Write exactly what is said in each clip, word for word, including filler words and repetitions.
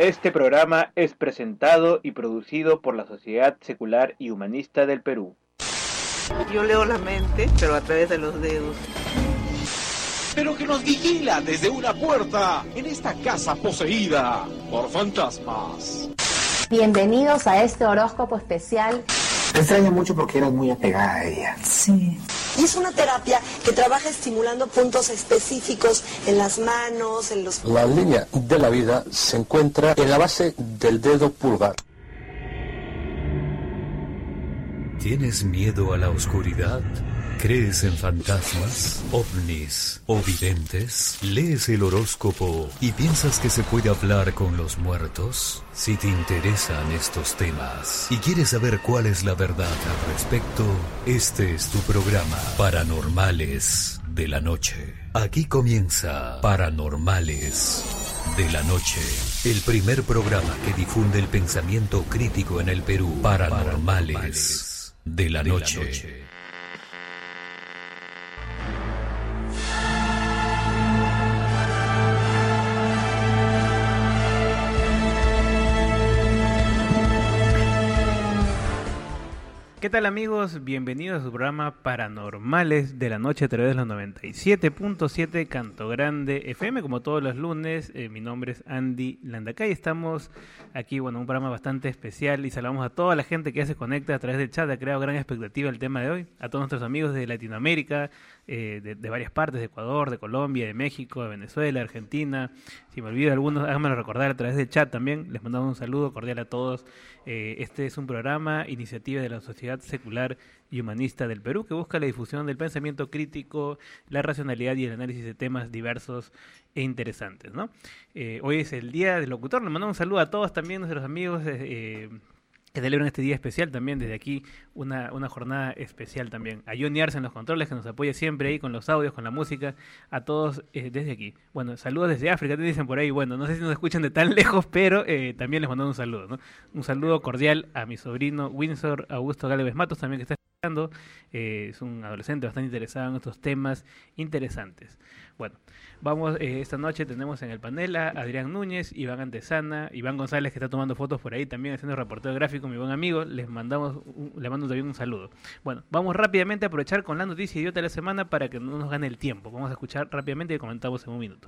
Este programa es presentado y producido por la Sociedad Secular y Humanista del Perú. Yo leo la mente, pero a través de los dedos. Pero que nos vigila desde una puerta en esta casa poseída por fantasmas. Bienvenidos a este horóscopo especial. Te extraña mucho porque eras muy apegada a ella. Sí. Y es una terapia que trabaja estimulando puntos específicos en las manos, en los... La línea de la vida se encuentra en la base del dedo pulgar. ¿Tienes miedo a la oscuridad? ¿Crees en fantasmas, ovnis o videntes? ¿Lees el horóscopo y piensas que se puede hablar con los muertos? Si te interesan estos temas y quieres saber cuál es la verdad al respecto, este es tu programa Paranormales de la Noche. Aquí comienza Paranormales de la Noche, el primer programa que difunde el pensamiento crítico en el Perú. Paranormales de la Noche. ¿Qué tal, amigos? Bienvenidos a su programa Paranormales de la Noche a través de los noventa y siete punto siete Canto Grande F M, como todos los lunes. Eh, mi nombre es Andy Landacay. Estamos aquí, bueno, un programa bastante especial y saludamos a toda la gente que ya se conecta a través del chat. Ha creado gran expectativa el tema de hoy. A todos nuestros amigos de Latinoamérica, eh, de, de varias partes, de Ecuador, de Colombia, de México, de Venezuela, Argentina. Si me olvido de algunos, háganmelo recordar a través del chat también. Les mandamos un saludo cordial a todos. Eh, este es un programa, iniciativa de la Sociedad Secular y Humanista del Perú, que busca la difusión del pensamiento crítico, la racionalidad y el análisis de temas diversos e interesantes, ¿no? Eh, hoy es el Día del Locutor. Les mandamos un saludo a todos también, nuestros amigos eh, que celebran este día especial también. Desde aquí, una, una jornada especial también. A Johnny Arce en los controles, que nos apoya siempre ahí con los audios, con la música. A todos eh, desde aquí. Bueno, saludos desde África, te dicen por ahí. Bueno, no sé si nos escuchan de tan lejos, pero eh, también les mandamos un saludo, ¿no? Un saludo cordial a mi sobrino Windsor Augusto Gálvez Matos, también que está escuchando. Eh, es un adolescente bastante interesado en estos temas interesantes. Bueno, vamos, eh, esta noche tenemos en el panel a Adrián Núñez, Iván Antesana, Iván González, que está tomando fotos por ahí también, haciendo reportero gráfico, mi buen amigo. Les mandamos un, le mando también un saludo. Bueno, vamos rápidamente a aprovechar con la noticia idiota de la semana para que no nos gane el tiempo. Vamos a escuchar rápidamente y comentamos en un minuto.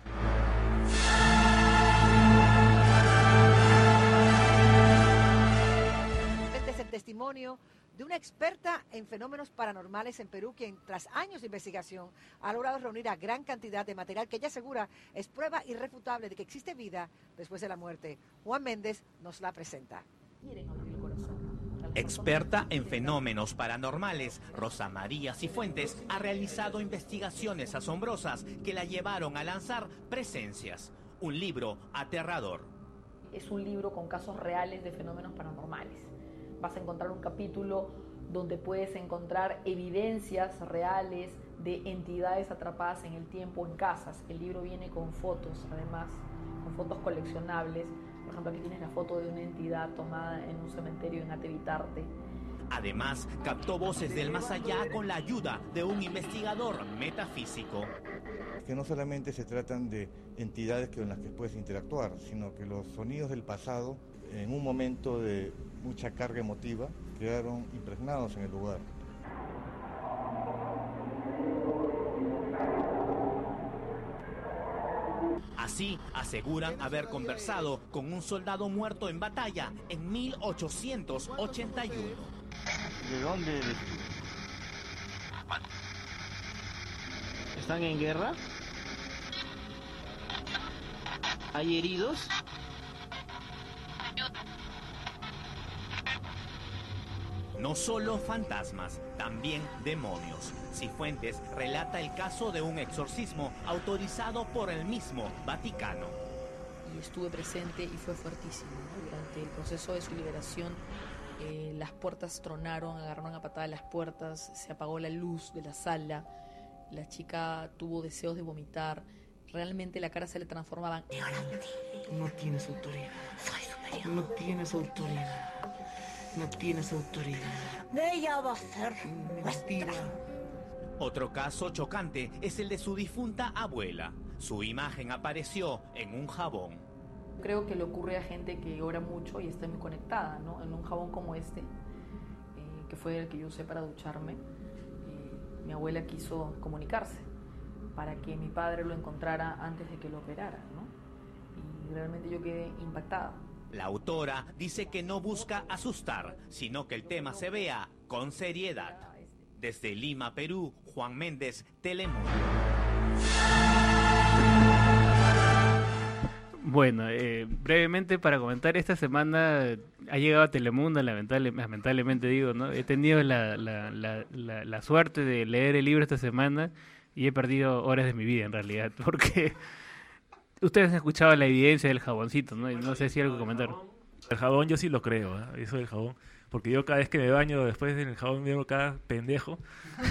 Este es el testimonio de una experta en fenómenos paranormales en Perú, quien tras años de investigación ha logrado reunir a gran cantidad de material que ella asegura es prueba irrefutable de que existe vida después de la muerte. Juan Méndez nos la presenta. Experta en fenómenos paranormales, Rosa María Cifuentes ha realizado investigaciones asombrosas que la llevaron a lanzar Presencias, un libro aterrador. Es un libro con casos reales de fenómenos paranormales. Vas a encontrar un capítulo donde puedes encontrar evidencias reales de entidades atrapadas en el tiempo en casas. El libro viene con fotos, además, con fotos coleccionables. Por ejemplo, aquí tienes la foto de una entidad tomada en un cementerio en Atevitarte. Además, captó voces del más allá con la ayuda de un investigador metafísico. Que no solamente se tratan de entidades con las que puedes interactuar, sino que los sonidos del pasado, en un momento de mucha carga emotiva, quedaron impregnados en el lugar. Así aseguran haber conversado con un soldado muerto en batalla en mil ochocientos ochenta y uno. ¿De dónde eres? ¿Están en guerra? ¿Hay heridos? No solo fantasmas, también demonios. Cifuentes relata el caso de un exorcismo autorizado por el mismo Vaticano. Y estuve presente y fue fuertísimo, ¿no? Durante el proceso de su liberación, eh, las puertas tronaron, agarraron a patadas las puertas, se apagó la luz de la sala, la chica tuvo deseos de vomitar, realmente la cara se le transformaba. No tienes autoridad. Soy superior. No tienes autoridad. No tienes autoridad. Ella va a ser mentira. Otro caso chocante es el de su difunta abuela. Su imagen apareció en un jabón. Creo que le ocurre a gente que ora mucho y está muy conectada, ¿no? En un jabón como este, eh, que fue el que yo usé para ducharme, eh, mi abuela quiso comunicarse para que mi padre lo encontrara antes de que lo operara, ¿no? Y realmente yo quedé impactada. La autora dice que no busca asustar, sino que el tema se vea con seriedad. Desde Lima, Perú, Juan Méndez, Telemundo. Bueno, eh, brevemente para comentar, esta semana ha llegado a Telemundo, lamentable, lamentablemente digo, ¿no? He tenido la, la, la, la, la suerte de leer el libro esta semana y he perdido horas de mi vida en realidad, porque ustedes han escuchado la evidencia del jaboncito, ¿no? Y no sé si hay algo que comentar. El jabón yo sí lo creo, ¿eh? Eso del jabón. Porque yo cada vez que me baño, después del jabón me veo cada pendejo.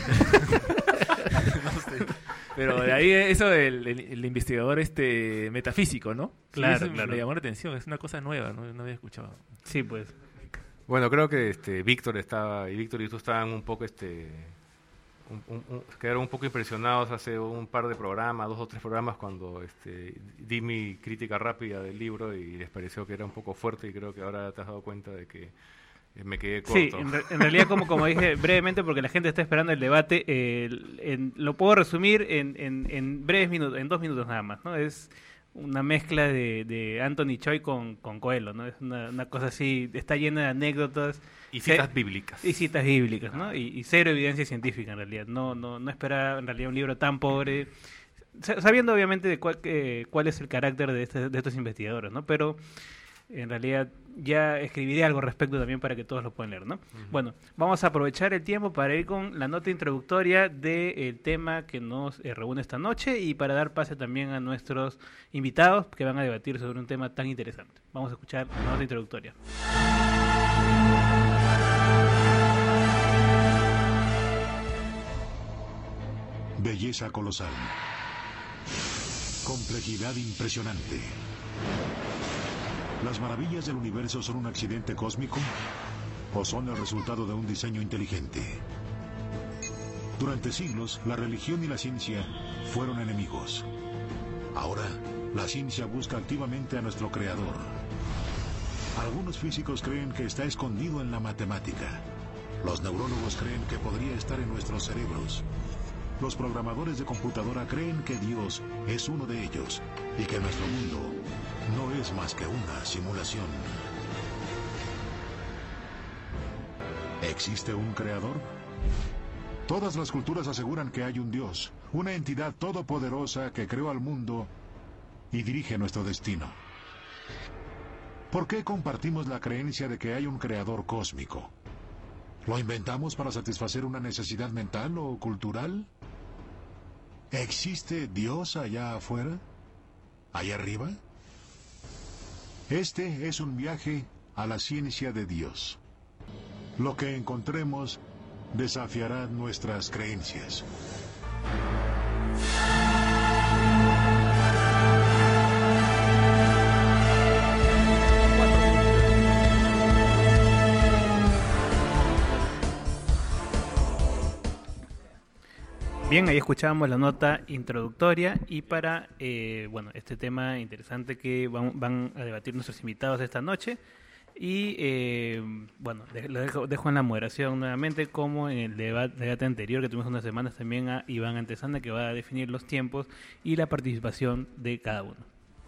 No sé. Pero de ahí eso del el, el investigador este metafísico, ¿no? Claro, sí, claro. Me llamó la atención, es una cosa nueva, no, no había escuchado. Sí, pues. Bueno, creo que este Víctor estaba, y Víctor y tú estaban un poco, este un, un, un, quedaron un poco impresionados hace un par de programas, dos o tres programas, cuando este di mi crítica rápida del libro y les pareció que era un poco fuerte, y creo que ahora te has dado cuenta de que me quedé corto. Sí, en, re en realidad, como, como dije brevemente, porque la gente está esperando el debate, eh, en, lo puedo resumir en, en, en breves minutos, en dos minutos nada más, ¿no? Es una mezcla de, de Anthony Choi con, con Coelho, ¿no? Es una, una cosa así, está llena de anécdotas. Y citas bíblicas. Y citas bíblicas, ¿no? Y, y cero evidencia científica, en realidad. No, no, no esperaba, en realidad, un libro tan pobre, sabiendo, obviamente, de cuál, eh, cuál es el carácter de, este, de estos investigadores, ¿no? Pero en realidad ya escribiré algo al respecto también para que todos lo puedan leer, ¿no? Uh-huh. Bueno, vamos a aprovechar el tiempo para ir con la nota introductoria del tema que nos eh, reúne esta noche y para dar pase también a nuestros invitados que van a debatir sobre un tema tan interesante. Vamos a escuchar la nota introductoria. Belleza colosal. Complejidad impresionante. ¿Las maravillas del universo son un accidente cósmico o son el resultado de un diseño inteligente? Durante siglos, la religión y la ciencia fueron enemigos. Ahora, la ciencia busca activamente a nuestro creador. Algunos físicos creen que está escondido en la matemática. Los neurólogos creen que podría estar en nuestros cerebros. Los programadores de computadora creen que Dios es uno de ellos y que nuestro mundo no es más que una simulación. ¿Existe un creador? Todas las culturas aseguran que hay un Dios, una entidad todopoderosa que creó al mundo y dirige nuestro destino. ¿Por qué compartimos la creencia de que hay un creador cósmico? ¿Lo inventamos para satisfacer una necesidad mental o cultural? ¿Existe Dios allá afuera? ¿Allá arriba? Este es un viaje a la ciencia de Dios. Lo que encontremos desafiará nuestras creencias. Bien, ahí escuchábamos la nota introductoria y para eh, bueno este tema interesante que van, van a debatir nuestros invitados esta noche y eh, bueno, lo dejo, dejo en la moderación nuevamente como en el debate, debate anterior que tuvimos unas semanas también a Iván Antesana, que va a definir los tiempos y la participación de cada uno.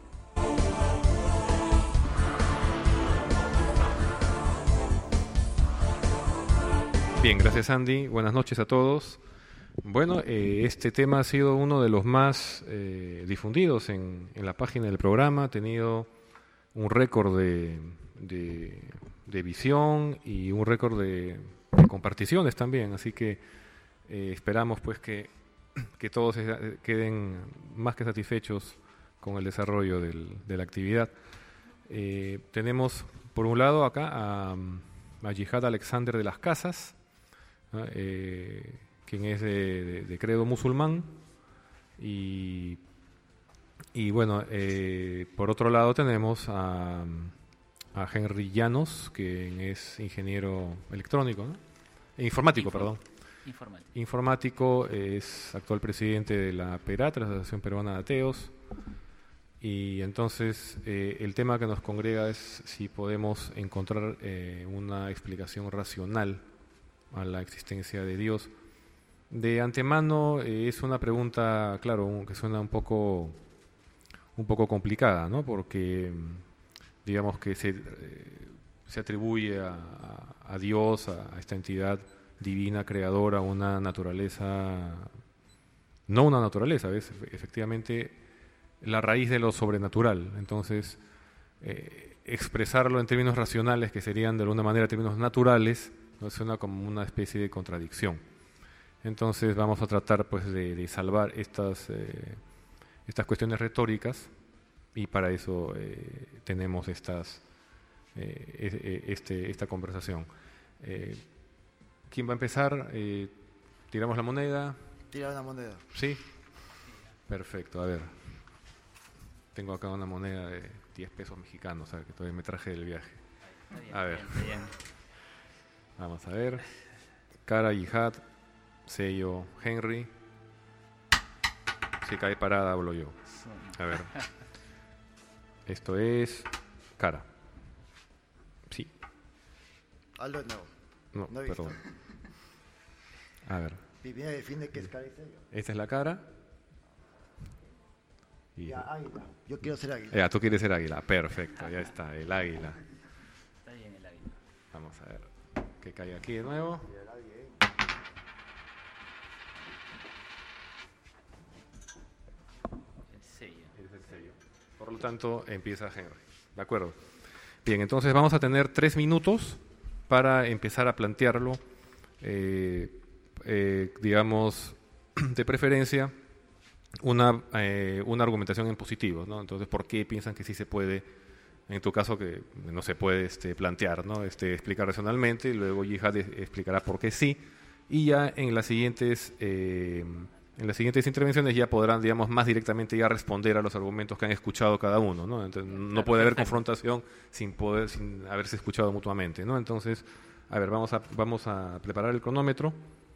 Bien, gracias Andy, buenas noches a todos. Bueno, eh, este tema ha sido uno de los más eh, difundidos en, en la página del programa, ha tenido un récord de, de, de visión y un récord de, de comparticiones también, así que eh, esperamos pues que, que todos queden más que satisfechos con el desarrollo del, de la actividad. Eh, tenemos por un lado acá a, a Yihad Alexander de las Casas, ¿no? eh, quien es de, de, de credo musulmán, y, y bueno, eh, por otro lado tenemos a, a Henry Llanos, quien es ingeniero electrónico, ¿no? E informático, Info, perdón. Informático. Informático, es actual presidente de la PERAT, la Asociación Peruana de Ateos, Y entonces eh, el tema que nos congrega es si podemos encontrar eh, una explicación racional a la existencia de Dios. De antemano eh, es una pregunta, claro, que suena un poco, un poco complicada, ¿no? Porque digamos que se, eh, se atribuye a, a, a Dios, a, a esta entidad divina, creadora, una naturaleza, no una naturaleza, es efectivamente la raíz de lo sobrenatural. Entonces, eh, expresarlo en términos racionales, que serían de alguna manera términos naturales, no suena como una especie de contradicción. Entonces vamos a tratar pues de, de salvar estas, eh, estas cuestiones retóricas, y para eso eh, tenemos estas, eh, este, esta conversación. Eh, ¿Quién va a empezar? Eh, ¿Tiramos la moneda? Tira una moneda. ¿Sí? Perfecto, a ver. Tengo acá una moneda de diez pesos mexicanos, ¿sabes? Que todavía me traje del viaje. Está bien, a ver. está bien. Vamos a ver. Cara, Yihad, sello, Henry. Si cae parada, hablo yo. A ver. Esto es cara. Sí. Aldo, no. No, no he visto. perdón. A ver. Pipina define que es cara y sello. Esta es la cara. Y ya, águila. Yo quiero ser águila. Ya, tú quieres ser águila. Perfecto, ya está, el águila. Está bien el águila. Vamos a ver que cae aquí de nuevo. El sello. Es el sello. Por lo tanto, empieza Henry. ¿De acuerdo? Bien, entonces vamos a tener tres minutos para empezar a plantearlo, eh, eh, digamos, de preferencia, una, eh, una argumentación en positivo, ¿no? Entonces, ¿por qué piensan que sí se puede, en tu caso, que no se puede este, plantear, ¿no? Este, explicar racionalmente, y luego Yihad explicará por qué sí, y ya en las siguientes... Eh, En las siguientes intervenciones ya podrán, digamos, más directamente ya responder a los argumentos que han escuchado cada uno, ¿no? Entonces, no puede haber confrontación sin poder, sin haberse escuchado mutuamente, ¿no? Entonces, a ver, vamos a, vamos a preparar el cronómetro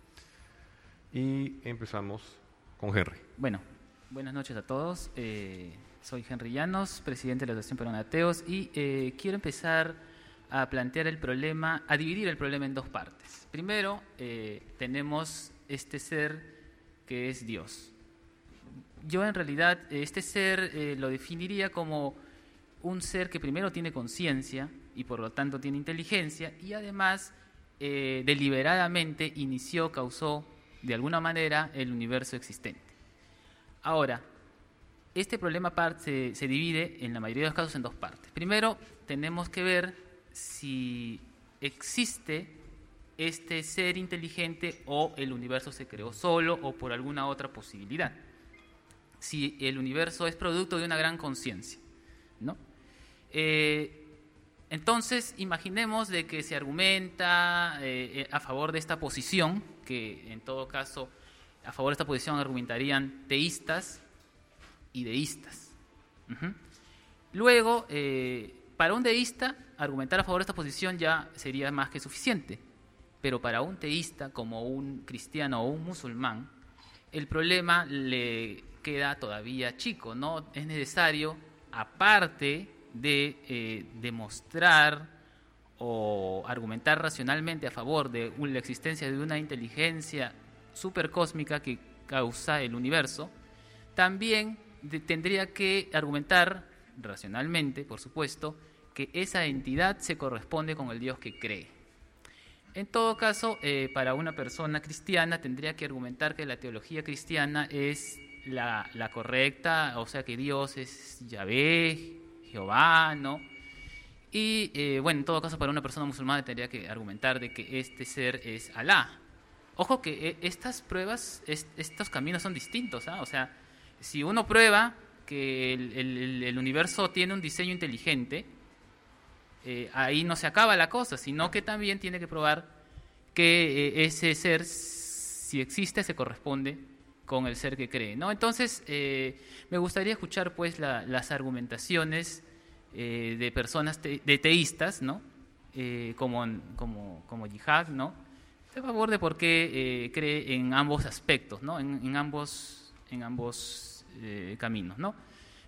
y empezamos con Henry. Bueno, buenas noches a todos. Eh, soy Henry Llanos, presidente de la Asociación Peruana de Ateos, y eh, quiero empezar a plantear el problema, a dividir el problema en dos partes. Primero, eh, tenemos este ser que es Dios. Yo en realidad este ser eh, lo definiría como un ser que primero tiene conciencia y por lo tanto tiene inteligencia, y además eh, deliberadamente inició, causó de alguna manera el universo existente. Ahora, este problema parte, se divide en la mayoría de los casos en dos partes. Primero, tenemos que ver si existe este ser inteligente o el universo se creó solo o por alguna otra posibilidad. Si el universo es producto de una gran conciencia, ¿no? Eh, entonces, imaginemos de que se argumenta eh, a favor de esta posición, que en todo caso, a favor de esta posición argumentarían teístas y deístas. Uh-huh. Luego, eh, para un deísta, argumentar a favor de esta posición ya sería más que suficiente. Pero para un teísta, como un cristiano o un musulmán, el problema le queda todavía chico, ¿no? Es necesario, aparte de eh, demostrar o argumentar racionalmente a favor de la existencia de una inteligencia supercósmica que causa el universo, también de, tendría que argumentar racionalmente, por supuesto, que esa entidad se corresponde con el Dios que cree. En todo caso, eh, para una persona cristiana tendría que argumentar que la teología cristiana es la, la correcta, o sea que Dios es Yahvé, Jehová, ¿no? Y eh, bueno, en todo caso para una persona musulmana tendría que argumentar de que este ser es Alá. Ojo que eh, estas pruebas, est estos caminos son distintos, ¿ah? O sea, si uno prueba que el, el, el universo tiene un diseño inteligente, Eh, ahí no se acaba la cosa, sino que también tiene que probar que eh, ese ser, si existe, se corresponde con el ser que cree, ¿no? Entonces, eh, me gustaría escuchar pues la, las argumentaciones eh, de personas te, de teístas, ¿no? Eh, como, como, como Yihad, ¿no? A favor de por qué eh, cree en ambos aspectos, ¿no? En, en ambos, en ambos eh, caminos, ¿no?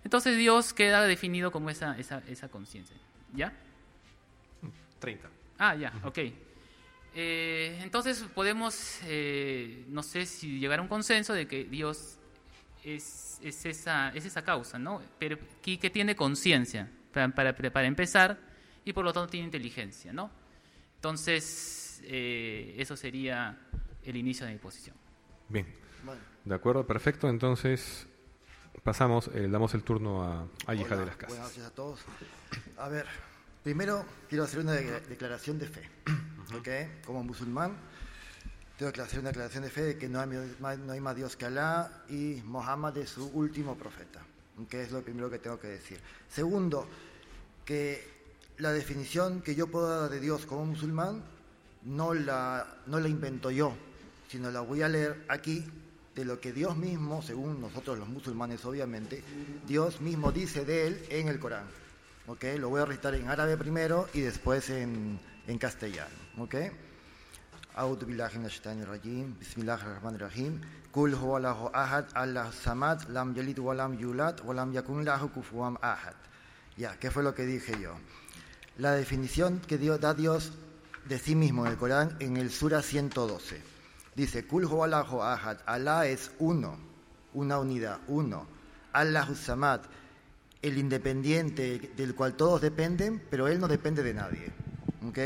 Entonces Dios queda definido como esa, esa, esa conciencia. ¿Ya? treinta. Ah, ya, ok. Eh, entonces podemos, eh, no sé si llegar a un consenso de que Dios es, es, esa, es esa causa, ¿no? Pero que, que tiene conciencia, para, para, para empezar, y por lo tanto tiene inteligencia, ¿no? Entonces, eh, eso sería el inicio de mi posición. Bien, de acuerdo, perfecto. Entonces, pasamos, eh, damos el turno a, a Yihad de las Casas. Buenas noches a todos. A ver, primero quiero hacer una de- declaración de fe. ¿Ok? Como musulmán, tengo que hacer una declaración de fe de que no hay, no hay más Dios que Alá y Mohammed es su último profeta. ¿Ok? Es lo primero que tengo que decir. Segundo, que la definición que yo puedo dar de Dios como musulmán no la, no la invento yo, sino la voy a leer aquí de lo que Dios mismo, según nosotros los musulmanes obviamente, Dios mismo dice de él en el Corán. ¿Ok? Lo voy a recitar en árabe primero y después en, en castellano. ¿Ok? A'udhu billahi minash shaitanir rajim. Bismillahir rahmanir rahim. Qul huwallahu ahad, Allahu samad, lam yalid wa lam yulad wa lam yakun lahu kufuwan ahad. Ya, ¿qué fue lo que dije yo? La definición que Dios, da Dios de sí mismo en el Corán en el Sura ciento doce. Dice, Kul huwallahu ahad, Alá es uno, una unidad, uno. Allahu samad, el independiente del cual todos dependen, pero él no depende de nadie. ¿Ok?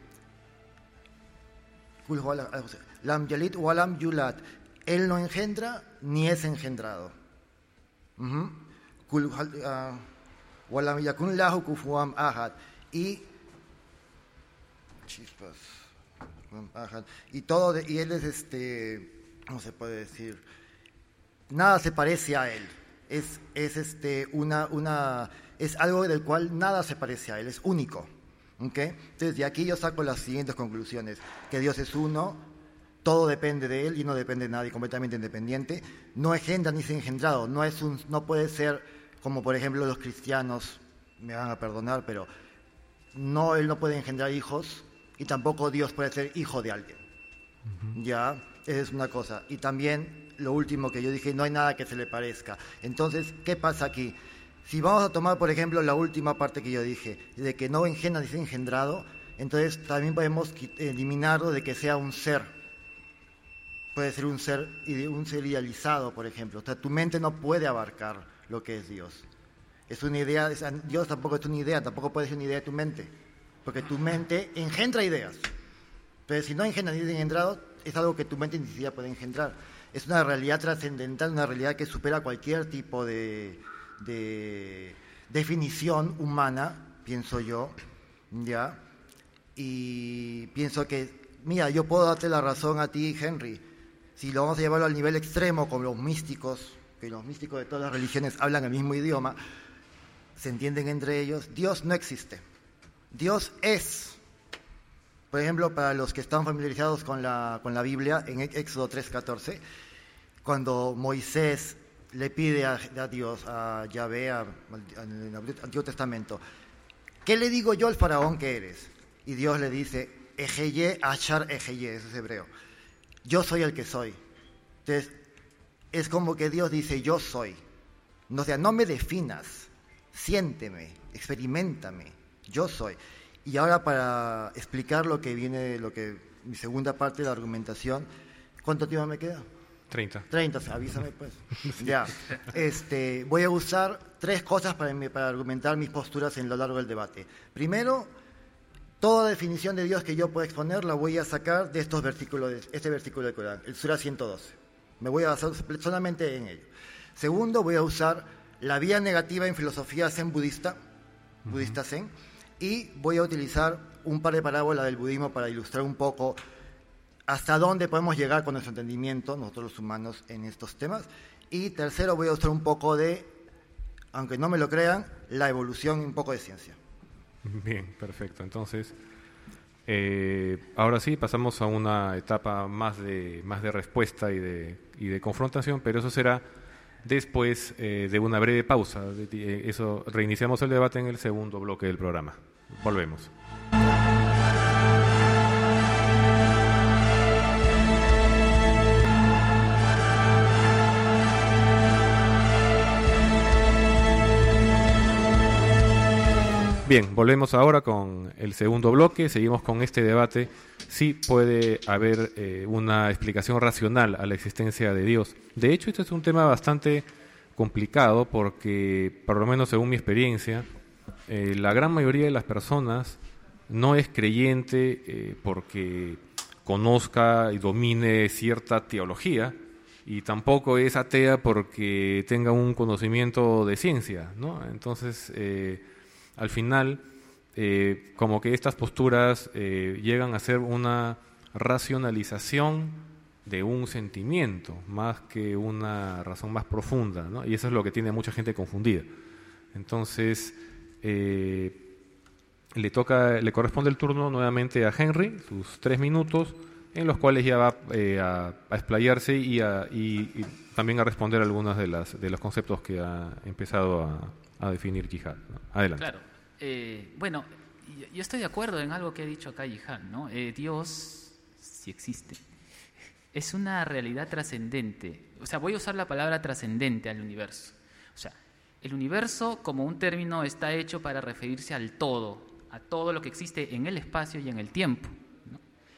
Kul huwallahu, lam yalid wa lam yulad, él no engendra ni es engendrado. Uh-huh. Kul uh, wa lam yakun lahu kufuwan ahad. Y chispas y todo de, y él es este no se puede decir nada se parece a él, es es este una una es algo del cual nada se parece a él, es único. ¿Okay? Entonces de aquí yo saco las siguientes conclusiones: que Dios es uno, todo depende de él y no depende de nadie, completamente independiente, no engendra ni es engendrado, no es un no puede ser como por ejemplo los cristianos, me van a perdonar, pero no, él no puede engendrar hijos y tampoco Dios puede ser hijo de alguien. Uh-huh. Ya, esa es una cosa. Y también lo último que yo dije, no hay nada que se le parezca. Entonces, ¿qué pasa aquí? Si vamos a tomar, por ejemplo, la última parte que yo dije, de que no engendra ni es engendrado, entonces también podemos eliminarlo de que sea un ser. Puede ser un ser, un ser idealizado, por ejemplo. O sea, tu mente no puede abarcar lo que es Dios. Es una idea, es, Dios tampoco es una idea, tampoco puede ser una idea de tu mente, porque tu mente engendra ideas. Pero si no engendra ni es engendrado, es algo que tu mente ni siquiera puede engendrar. Es una realidad trascendental, una realidad que supera cualquier tipo de, de definición humana, pienso yo, ¿ya? Y pienso que, mira, yo puedo darte la razón a ti, Henry, si lo vamos a llevarlo al nivel extremo, como los místicos, que los místicos de todas las religiones hablan el mismo idioma, se entienden entre ellos, Dios no existe. Dios es. Por ejemplo, para los que están familiarizados con la, con la Biblia, en Éxodo tres catorce, cuando Moisés le pide a, a Dios, a Yahvé, a, en el Antiguo Testamento, ¿qué le digo yo al faraón que eres? Y Dios le dice, Ejeye Achar Ejeye, eso es hebreo. Yo soy el que soy. Entonces, es como que Dios dice, yo soy. No, o sea, no me definas, siénteme, experimentame, yo soy. Y ahora para explicar lo que viene, lo que mi segunda parte de la argumentación, ¿cuánto tiempo me queda? treinta. treinta, o sea, avísame pues. Ya, este, voy a usar tres cosas para, para argumentar mis posturas en lo largo del debate. Primero, toda definición de Dios que yo pueda exponer la voy a sacar de estos versículos, de este versículo del Corán, el Sura ciento doce. Me voy a basar solamente en ello. Segundo, voy a usar la vía negativa en filosofía zen budista, uh-huh. budista zen, y voy a utilizar un par de parábolas del budismo para ilustrar un poco hasta dónde podemos llegar con nuestro entendimiento, nosotros los humanos, en estos temas. Y tercero, voy a usar un poco de, aunque no me lo crean, la evolución y un poco de ciencia. Bien, perfecto. Entonces, eh, ahora sí pasamos a una etapa más de, más de respuesta y de, y de confrontación, pero eso será después eh, de una breve pausa. Eso, reiniciamos el debate en el segundo bloque del programa. Volvemos. Bien, volvemos ahora con el segundo bloque, seguimos con este debate, si puede haber eh, una explicación racional a la existencia de Dios. De hecho, este es un tema bastante complicado porque, por lo menos según mi experiencia, eh, la gran mayoría de las personas no es creyente eh, porque conozca y domine cierta teología, y tampoco es atea porque tenga un conocimiento de ciencia, ¿no? Entonces, eh, al final, eh, como que estas posturas eh, llegan a ser una racionalización de un sentimiento, más que una razón más profunda, ¿no? Y eso es lo que tiene a mucha gente confundida. Entonces, eh, le toca, le corresponde el turno nuevamente a Henry, sus tres minutos, en los cuales ya va eh, a, a explayarse y, a, y, y también a responder algunos de, las, de los conceptos que ha empezado a, a definir Jihad, ¿no? Adelante. Claro. Eh, bueno, yo estoy de acuerdo en algo que ha dicho acá Jihad, ¿no? Eh, Dios, si existe, es una realidad trascendente. O sea, voy a usar la palabra trascendente al universo. O sea, el universo como un término está hecho para referirse al todo, a todo lo que existe en el espacio y en el tiempo, ¿no?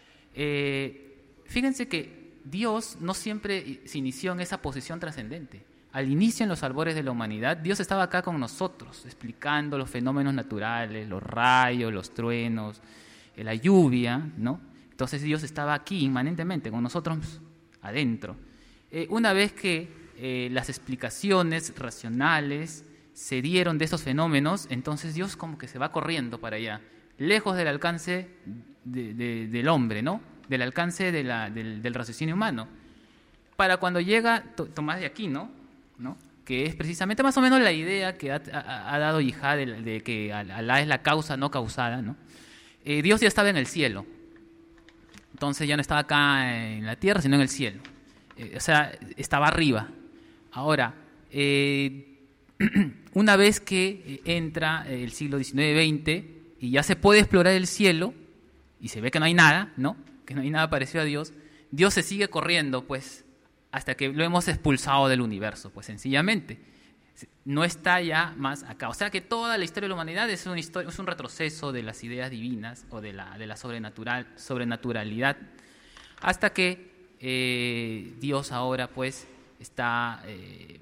Eh, fíjense que Dios no siempre se inició en esa posición trascendente. Al inicio, en los albores de la humanidad, Dios estaba acá con nosotros, explicando los fenómenos naturales, los rayos, los truenos, la lluvia, ¿no? Entonces Dios estaba aquí inmanentemente, con nosotros adentro. Eh, una vez que eh, las explicaciones racionales se dieron de estos fenómenos, entonces Dios como que se va corriendo para allá, lejos del alcance de, de, del hombre, ¿no? Del alcance de la, del, del raciocinio humano. Para cuando llega Tomás de Aquino, ¿no? Que es precisamente más o menos la idea que ha, ha, ha dado Jihad de, de que Alá es la causa no causada, ¿no? Eh, Dios ya estaba en el cielo, entonces ya no estaba acá en la tierra, sino en el cielo. Eh, o sea, estaba arriba. Ahora, eh, una vez que entra el siglo diecinueve veinte y ya se puede explorar el cielo y se ve que no hay nada, ¿no? Que no hay nada parecido a Dios, Dios se sigue corriendo, pues, hasta que lo hemos expulsado del universo, pues sencillamente. No está ya más acá. O sea que toda la historia de la humanidad es un, historia, es un retroceso de las ideas divinas o de la, de la sobrenatural, sobrenaturalidad, hasta que eh, Dios ahora pues está... Eh,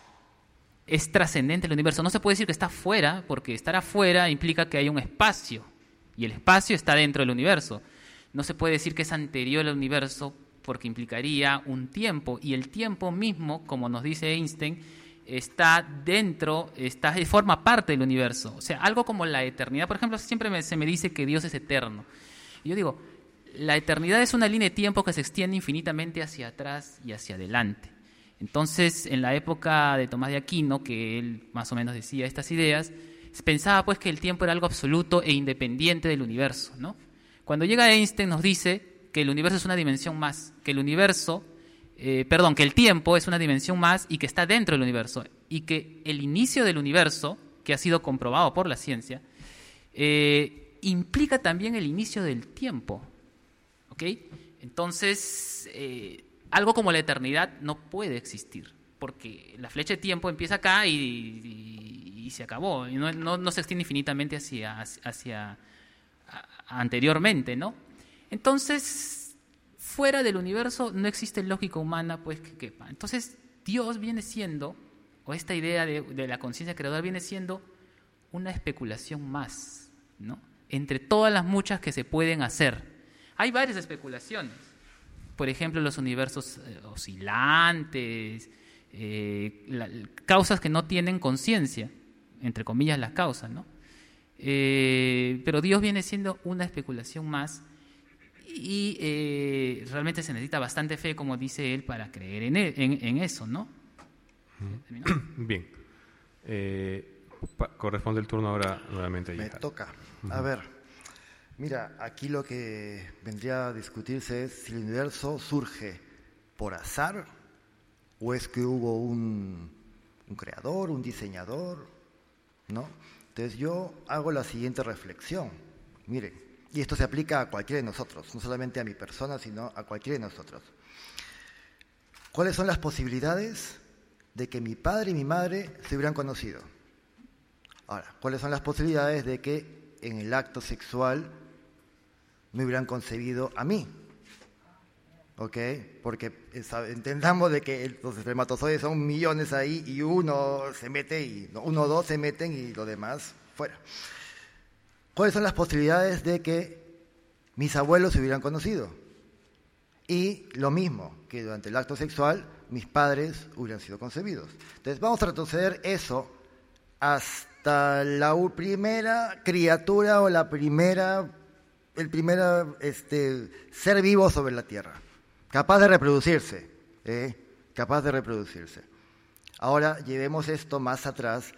es trascendente el universo. No se puede decir que está fuera, porque estar afuera implica que hay un espacio, y el espacio está dentro del universo. No se puede decir que es anterior al universo, porque implicaría un tiempo, y el tiempo mismo, como nos dice Einstein, está dentro, está, forma parte del universo. O sea, algo como la eternidad. Por ejemplo, siempre me, se me dice que Dios es eterno. Y yo digo, la eternidad es una línea de tiempo que se extiende infinitamente hacia atrás y hacia adelante. Entonces, en la época de Tomás de Aquino, que él más o menos decía estas ideas, pensaba pues que el tiempo era algo absoluto e independiente del universo, ¿no? Cuando llega Einstein nos dice que el universo es una dimensión más, que el universo, eh, perdón, que el tiempo es una dimensión más y que está dentro del universo, y que el inicio del universo, que ha sido comprobado por la ciencia, eh, implica también el inicio del tiempo, ¿ok? Entonces, eh, algo como la eternidad no puede existir, porque la flecha de tiempo empieza acá y, y, y se acabó, y no, no, no se extiende infinitamente hacia, hacia a, anteriormente, ¿no? Entonces, fuera del universo no existe lógica humana pues que quepa. Entonces, Dios viene siendo, o esta idea de, de la conciencia creadora viene siendo una especulación más, ¿no? Entre todas las muchas que se pueden hacer. Hay varias especulaciones. Por ejemplo, los universos eh, oscilantes, eh, la, causas que no tienen conciencia, entre comillas las causas, ¿no? Eh, pero Dios viene siendo una especulación más. Y eh, realmente se necesita bastante fe, como dice él, para creer en, él, en, en eso, ¿no? Bien. Eh, pa, corresponde el turno ahora nuevamente a Me Jihad. toca. A ver, mira, aquí lo que vendría a discutirse es si el universo surge por azar o es que hubo un, un creador, un diseñador, ¿no? Entonces yo hago la siguiente reflexión. Miren, y esto se aplica a cualquiera de nosotros, no solamente a mi persona, sino a cualquiera de nosotros. ¿Cuáles son las posibilidades de que mi padre y mi madre se hubieran conocido? Ahora, ¿cuáles son las posibilidades de que en el acto sexual me hubieran concebido a mí? ¿Ok? Porque entendamos de que los espermatozoides son millones ahí y uno se mete, y uno o dos se meten y lo demás fuera. ¿Cuáles son las posibilidades de que mis abuelos se hubieran conocido? Y lo mismo, que durante el acto sexual mis padres hubieran sido concebidos. Entonces vamos a retroceder eso hasta la primera criatura o la primera, el primer este, ser vivo sobre la Tierra. Capaz de reproducirse, ¿eh? capaz de reproducirse. Ahora llevemos esto más atrás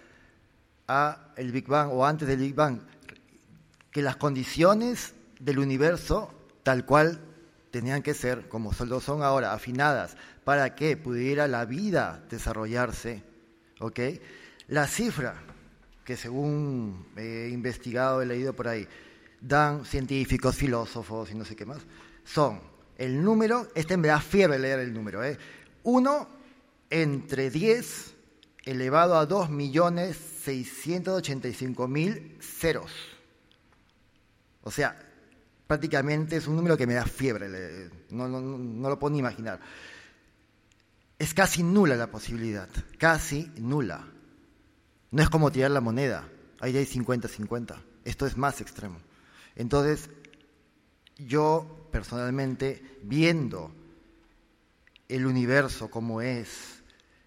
a el Big Bang o antes del Big Bang, que las condiciones del universo tal cual tenían que ser, como solo son ahora, afinadas para que pudiera la vida desarrollarse, ¿ok? La cifra que según he investigado, he leído por ahí, dan científicos, filósofos y no sé qué más, son el número, este me da fiebre leer el número, ¿eh? uno entre diez elevado a dos millones seiscientos ochenta y cinco mil ceros. O sea, prácticamente es un número que me da fiebre, no, no, no lo puedo ni imaginar. Es casi nula la posibilidad, casi nula. No es como tirar la moneda, ahí hay cincuenta cincuenta, esto es más extremo. Entonces, yo personalmente, viendo el universo como es,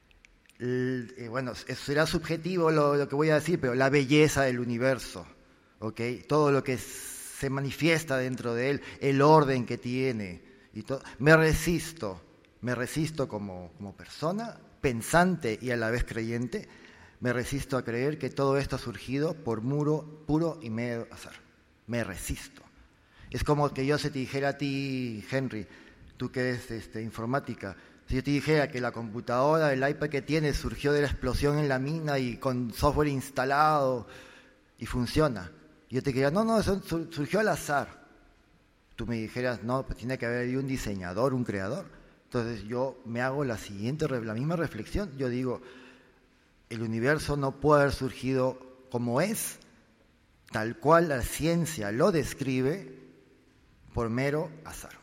el, eh, bueno, será subjetivo lo, lo que voy a decir, pero la belleza del universo, ¿okay? Todo lo que se manifiesta dentro de él, el orden que tiene, y todo, me resisto, me resisto como, como persona, pensante y a la vez creyente, me resisto a creer que todo esto ha surgido por muro, puro y mero azar. Me resisto. Es como que yo se te dijera a ti, Henry, tú que eres este, informática, si yo te dijera que la computadora, el iPad que tienes surgió de la explosión en la mina y con software instalado y funciona. Y yo te diría, no, no, eso surgió al azar. Tú me dijeras, no, pues tiene que haber ahí un diseñador, un creador. Entonces yo me hago la siguiente, la misma reflexión. Yo digo, el universo no puede haber surgido como es, tal cual la ciencia lo describe, por mero azar.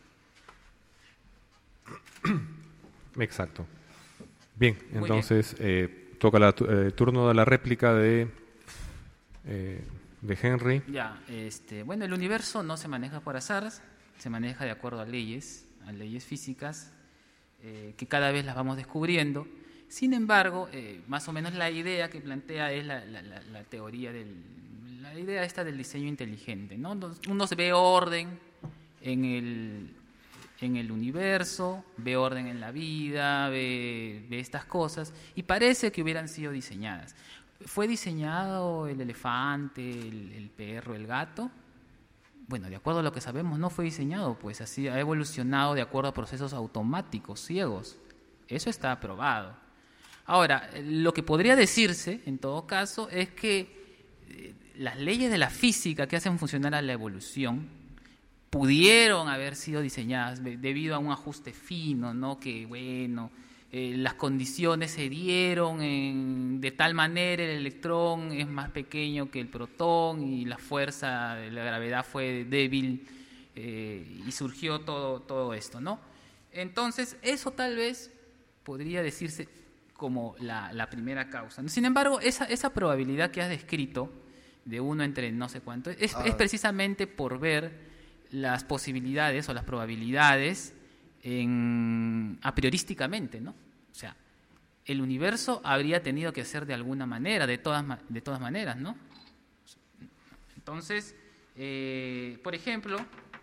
Exacto. Bien, entonces eh, toca el eh, turno de la réplica de, eh, de Henry. Ya, este, bueno, el universo no se maneja por azar, se maneja de acuerdo a leyes, a leyes físicas, eh, que cada vez las vamos descubriendo. Sin embargo, eh, más o menos la idea que plantea es la, la, la, la teoría del, la idea esta del diseño inteligente, ¿no? Uno se ve orden en el, en el universo, ve orden en la vida, ve, ve estas cosas, y parece que hubieran sido diseñadas. ¿Fue diseñado el elefante, el, el perro, el gato? Bueno, de acuerdo a lo que sabemos, no fue diseñado, pues así ha evolucionado de acuerdo a procesos automáticos, ciegos. Eso está aprobado. Ahora, lo que podría decirse, en todo caso, es que eh, las leyes de la física que hacen funcionar a la evolución pudieron haber sido diseñadas debido a un ajuste fino, ¿no? Que, bueno, eh, las condiciones se dieron en, de tal manera el electrón es más pequeño que el protón y la fuerza de la gravedad fue débil eh, y surgió todo, todo esto, ¿no? Entonces, eso tal vez podría decirse como la, la primera causa. Sin embargo, esa, esa probabilidad que has descrito de uno entre no sé cuánto es, es precisamente por ver las posibilidades o las probabilidades en, a priorísticamente, ¿no? O sea, el universo habría tenido que ser de alguna manera, de todas, de todas maneras, ¿no? Entonces, eh, por ejemplo,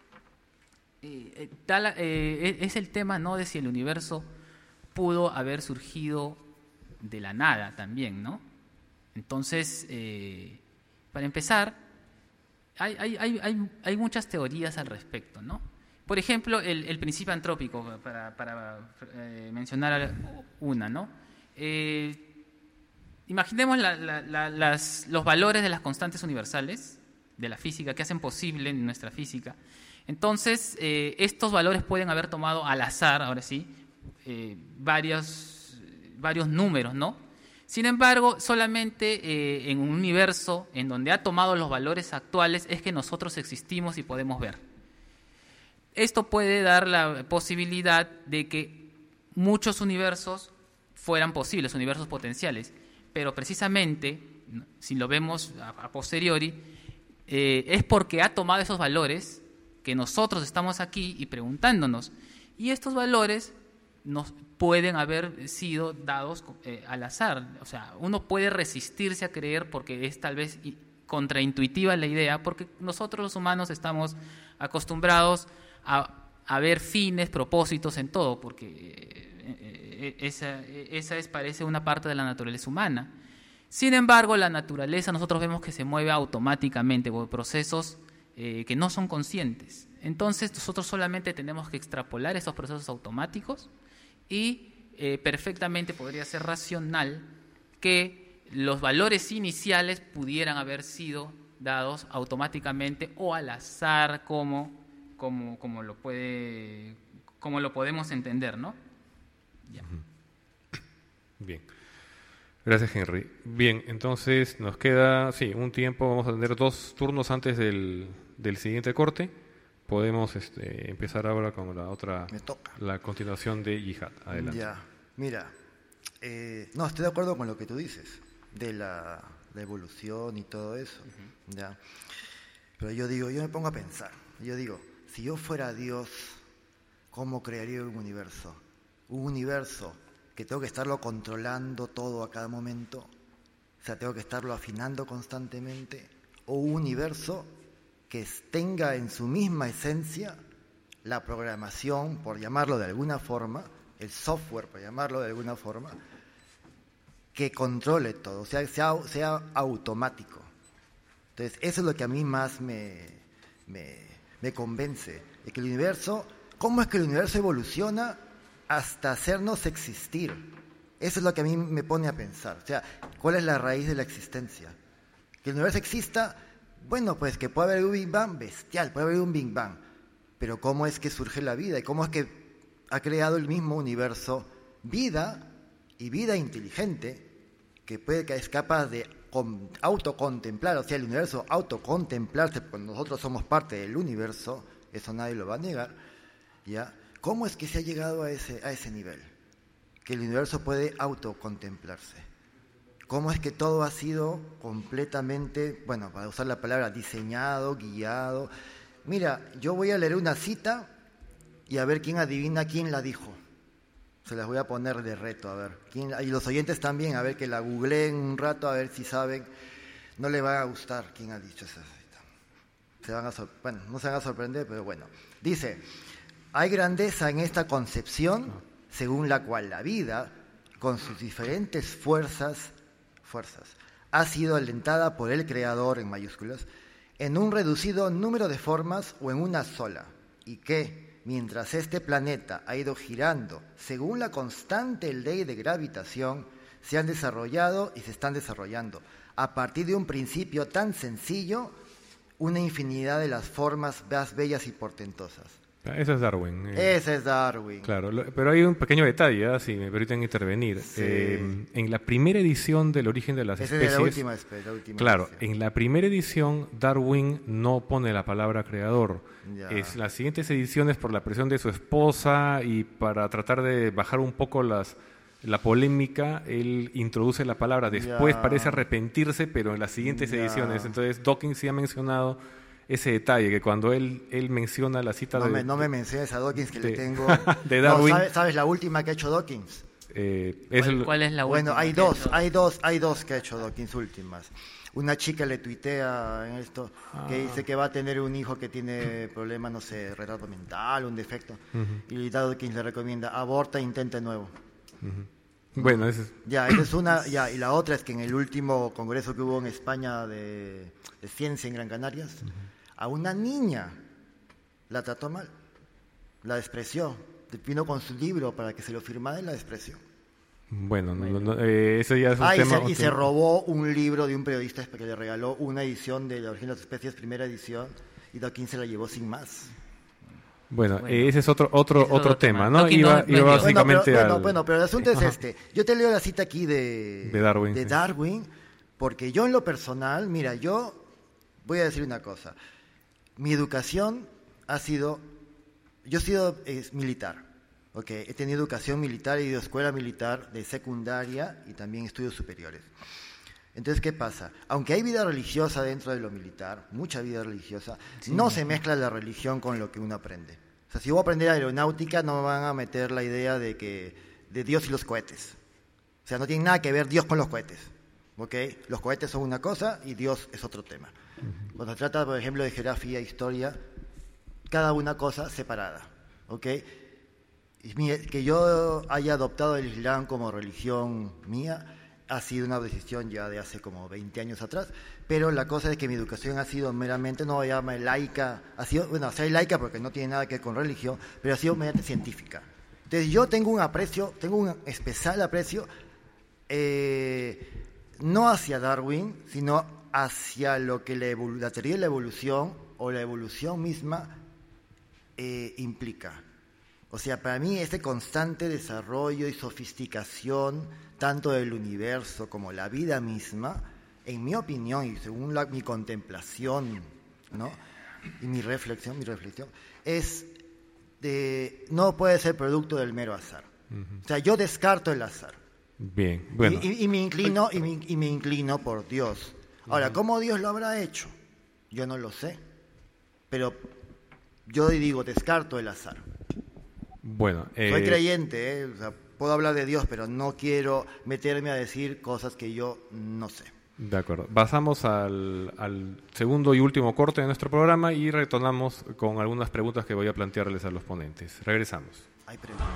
eh, tal, eh, es el tema, ¿no?, de si el universo pudo haber surgido de la nada también, ¿no? Entonces, eh, para empezar, Hay, hay, hay, hay muchas teorías al respecto, ¿no? Por ejemplo, el, el principio antrópico, para, para eh, mencionar una, ¿no? Eh, imaginemos la, la, la, las, los valores de las constantes universales de la física que hacen posible nuestra física. Entonces, eh, estos valores pueden haber tomado al azar, ahora sí, eh, varios, varios números, ¿no? Sin embargo, solamente eh, en un universo en donde ha tomado los valores actuales es que nosotros existimos y podemos ver. Esto puede dar la posibilidad de que muchos universos fueran posibles, universos potenciales, pero precisamente, si lo vemos a, a posteriori, eh, es porque ha tomado esos valores que nosotros estamos aquí y preguntándonos, y estos valores nos pueden haber sido dados eh, al azar. O sea, uno puede resistirse a creer porque es tal vez contraintuitiva la idea, porque nosotros los humanos estamos acostumbrados a, a ver fines, propósitos en todo, porque eh, eh, esa, esa es, parece una parte de la naturaleza humana. Sin embargo, la naturaleza nosotros vemos que se mueve automáticamente por procesos eh, que no son conscientes. Entonces nosotros solamente tenemos que extrapolar esos procesos automáticos y eh, perfectamente podría ser racional que los valores iniciales pudieran haber sido dados automáticamente o al azar, como, como, como, lo, puede, como lo podemos entender, ¿no? Ya. Bien. Gracias, Henry. Bien, entonces nos queda, sí, un tiempo, vamos a tener dos turnos antes del, del siguiente corte. Podemos este, empezar ahora con la otra, Me toca. la continuación de Yihad. Adelante. Ya, mira, eh, no, estoy de acuerdo con lo que tú dices, de la, la evolución y todo eso, uh-huh. ya. Pero yo digo, yo me pongo a pensar, yo digo, si yo fuera Dios, ¿cómo crearía un universo? Un universo que tengo que estarlo controlando todo a cada momento, o sea, tengo que estarlo afinando constantemente, o un universo que tenga en su misma esencia la programación, por llamarlo de alguna forma, el software, por llamarlo de alguna forma, que controle todo, o sea, sea, sea automático. Entonces, eso es lo que a mí más me, me, me convence, de que el universo, ¿cómo es que el universo evoluciona hasta hacernos existir? Eso es lo que a mí me pone a pensar, o sea, ¿cuál es la raíz de la existencia? Que el universo exista. Bueno, pues que puede haber un Big Bang bestial, puede haber un Big Bang, pero ¿cómo es que surge la vida? ¿Y cómo es que ha creado el mismo universo vida y vida inteligente que puede que es capaz de autocontemplar, o sea, el universo autocontemplarse, porque nosotros somos parte del universo, eso nadie lo va a negar, ¿ya? ¿Cómo es que se ha llegado a ese, a ese nivel? Que el universo puede autocontemplarse. ¿Cómo es que todo ha sido completamente, bueno, para usar la palabra, diseñado, guiado? Mira, yo voy a leer una cita y a ver quién adivina quién la dijo. Se las voy a poner de reto, a ver. ¿Quién, y los oyentes también, a ver que la googleen un rato, a ver si saben. No les va a gustar quién ha dicho esa cita. Se van a sor- bueno, no se van a sorprender, pero bueno. Dice, hay grandeza en esta concepción según la cual la vida, con sus diferentes fuerzas, fuerzas, ha sido alentada por el Creador, en mayúsculas, en un reducido número de formas o en una sola, y que, mientras este planeta ha ido girando según la constante ley de gravitación, se han desarrollado y se están desarrollando, a partir de un principio tan sencillo, una infinidad de las formas más bellas y portentosas. Eso es Darwin. Eh, Ese es Darwin. Claro, lo, pero hay un pequeño detalle, ¿eh? Si me permiten intervenir. Sí. Eh, en la primera edición del Origen de las Ese Especies... es de la última, espe- la última claro, edición. en la primera edición Darwin no pone la palabra creador. Ya. Es las siguientes ediciones, por la presión de su esposa y para tratar de bajar un poco las... la polémica, él introduce la palabra, después Ya. parece arrepentirse, pero en las siguientes Ya. ediciones. Entonces Dawkins sí ha mencionado ese detalle, que cuando él, él menciona la cita No de... me, no me menciones a Dawkins, que de- le tengo... de No, Darwin. ¿sabes, ¿Sabes la última que ha hecho Dawkins? Eh, es ¿Cuál, el- cuál es la Bueno, última hay que ha dos, hecho? hay dos, hay dos que ha hecho Dawkins últimas. Una chica le tuitea en esto que Ah. dice que va a tener un hijo que tiene problema, no sé, retardo mental, un defecto. Ujú. Y Dawkins le recomienda, aborta e intenta de nuevo. Ujú. Bueno, ese es... Ya, esa es una, ya, y la otra es que en el último congreso que hubo en España de, de ciencia en Gran Canarias, a una niña la trató mal, la despreció, vino con su libro para que se lo firmara y la despreció. Bueno, no, no, no, eh, ese ya es un Ah, y tema... se, y se robó un libro de un periodista que le regaló una edición de La Origen de las Especies, primera edición, y Dawkins se la llevó sin más. Bueno, Bueno, eh, ese es otro otro ese es otro otro tema, tema. ¿no? No, que Iba, no- iba no es Dios. básicamente bueno, pero, al... bueno, bueno, pero el asunto es Ajá. este. Yo te leo la cita aquí de, De Darwin, de sí. Darwin, porque yo en lo personal, mira, yo voy a decir una cosa. Mi educación ha sido, yo he sido eh, militar, ¿ok? He tenido educación militar, he ido a escuela militar de secundaria y también estudios superiores. Entonces, ¿qué pasa? Aunque hay vida religiosa dentro de lo militar, mucha vida religiosa, Sí. no se mezcla la religión con lo que uno aprende. O sea, si yo voy a aprender aeronáutica, no me van a meter la idea de que de Dios y los cohetes. O sea, no tiene nada que ver Dios con los cohetes. ¿Ok? Los cohetes son una cosa y Dios es otro tema. Cuando se trata, por ejemplo, de geografía, historia, cada una cosa separada. ¿Ok? Y mi- que yo haya adoptado el Islam como religión mía ha sido una decisión ya de hace como veinte años atrás, pero la cosa es que mi educación ha sido meramente, no voy a llamar laica, ha sido, bueno, ser laica porque no tiene nada que ver con religión, pero ha sido meramente científica. Entonces yo tengo un aprecio, tengo un especial aprecio, eh, no hacia Darwin, sino hacia lo que la, evolu- la teoría de la evolución o la evolución misma eh, implica. O sea, para mí este constante desarrollo y sofisticación, tanto del universo como la vida misma, en mi opinión y según la- mi contemplación, ¿no? Y mi reflexión, mi reflexión, es de, no puede ser producto del mero azar. O sea, yo descarto el azar. Bien, bueno. Y, y- y me inclino, y, me, y me inclino por Dios. Ahora, ¿cómo Dios lo habrá hecho? Yo no lo sé. Pero yo digo, descarto el azar. Bueno, eh, Soy creyente, ¿eh? O sea, puedo hablar de Dios, pero no quiero meterme a decir cosas que yo no sé. de acuerdo. Pasamos al, al segundo y último corte de nuestro programa y retornamos con algunas preguntas que voy a plantearles a los ponentes. Regresamos. Hay preguntas.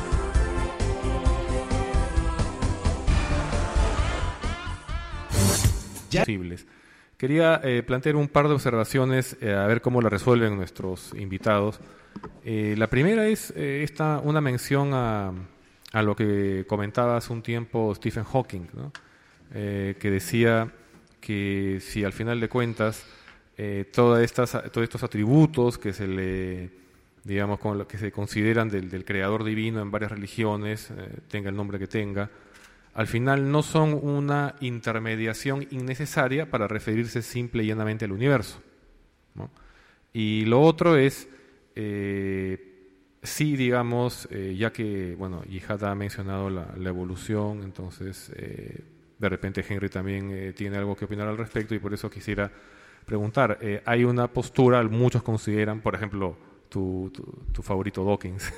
Posibles. Quería eh, plantear un par de observaciones, eh, a ver cómo la resuelven nuestros invitados. Eh, la primera es eh, esta, una mención a, a lo que comentaba hace un tiempo Stephen Hawking, ¿no? Eh, que decía que si al final de cuentas eh, todas estas, todos estos atributos que se le, digamos, con lo que se consideran del, del creador divino en varias religiones, eh, tenga el nombre que tenga, al final no son una intermediación innecesaria para referirse simple y llanamente al universo, ¿no? Y lo otro es, eh, sí, digamos, eh, ya que, bueno, Yihad ha mencionado la, la evolución, entonces, eh, de repente Henry también eh, tiene algo que opinar al respecto y por eso quisiera preguntar. Eh, hay una postura, muchos consideran, por ejemplo, tu, tu, tu favorito Dawkins,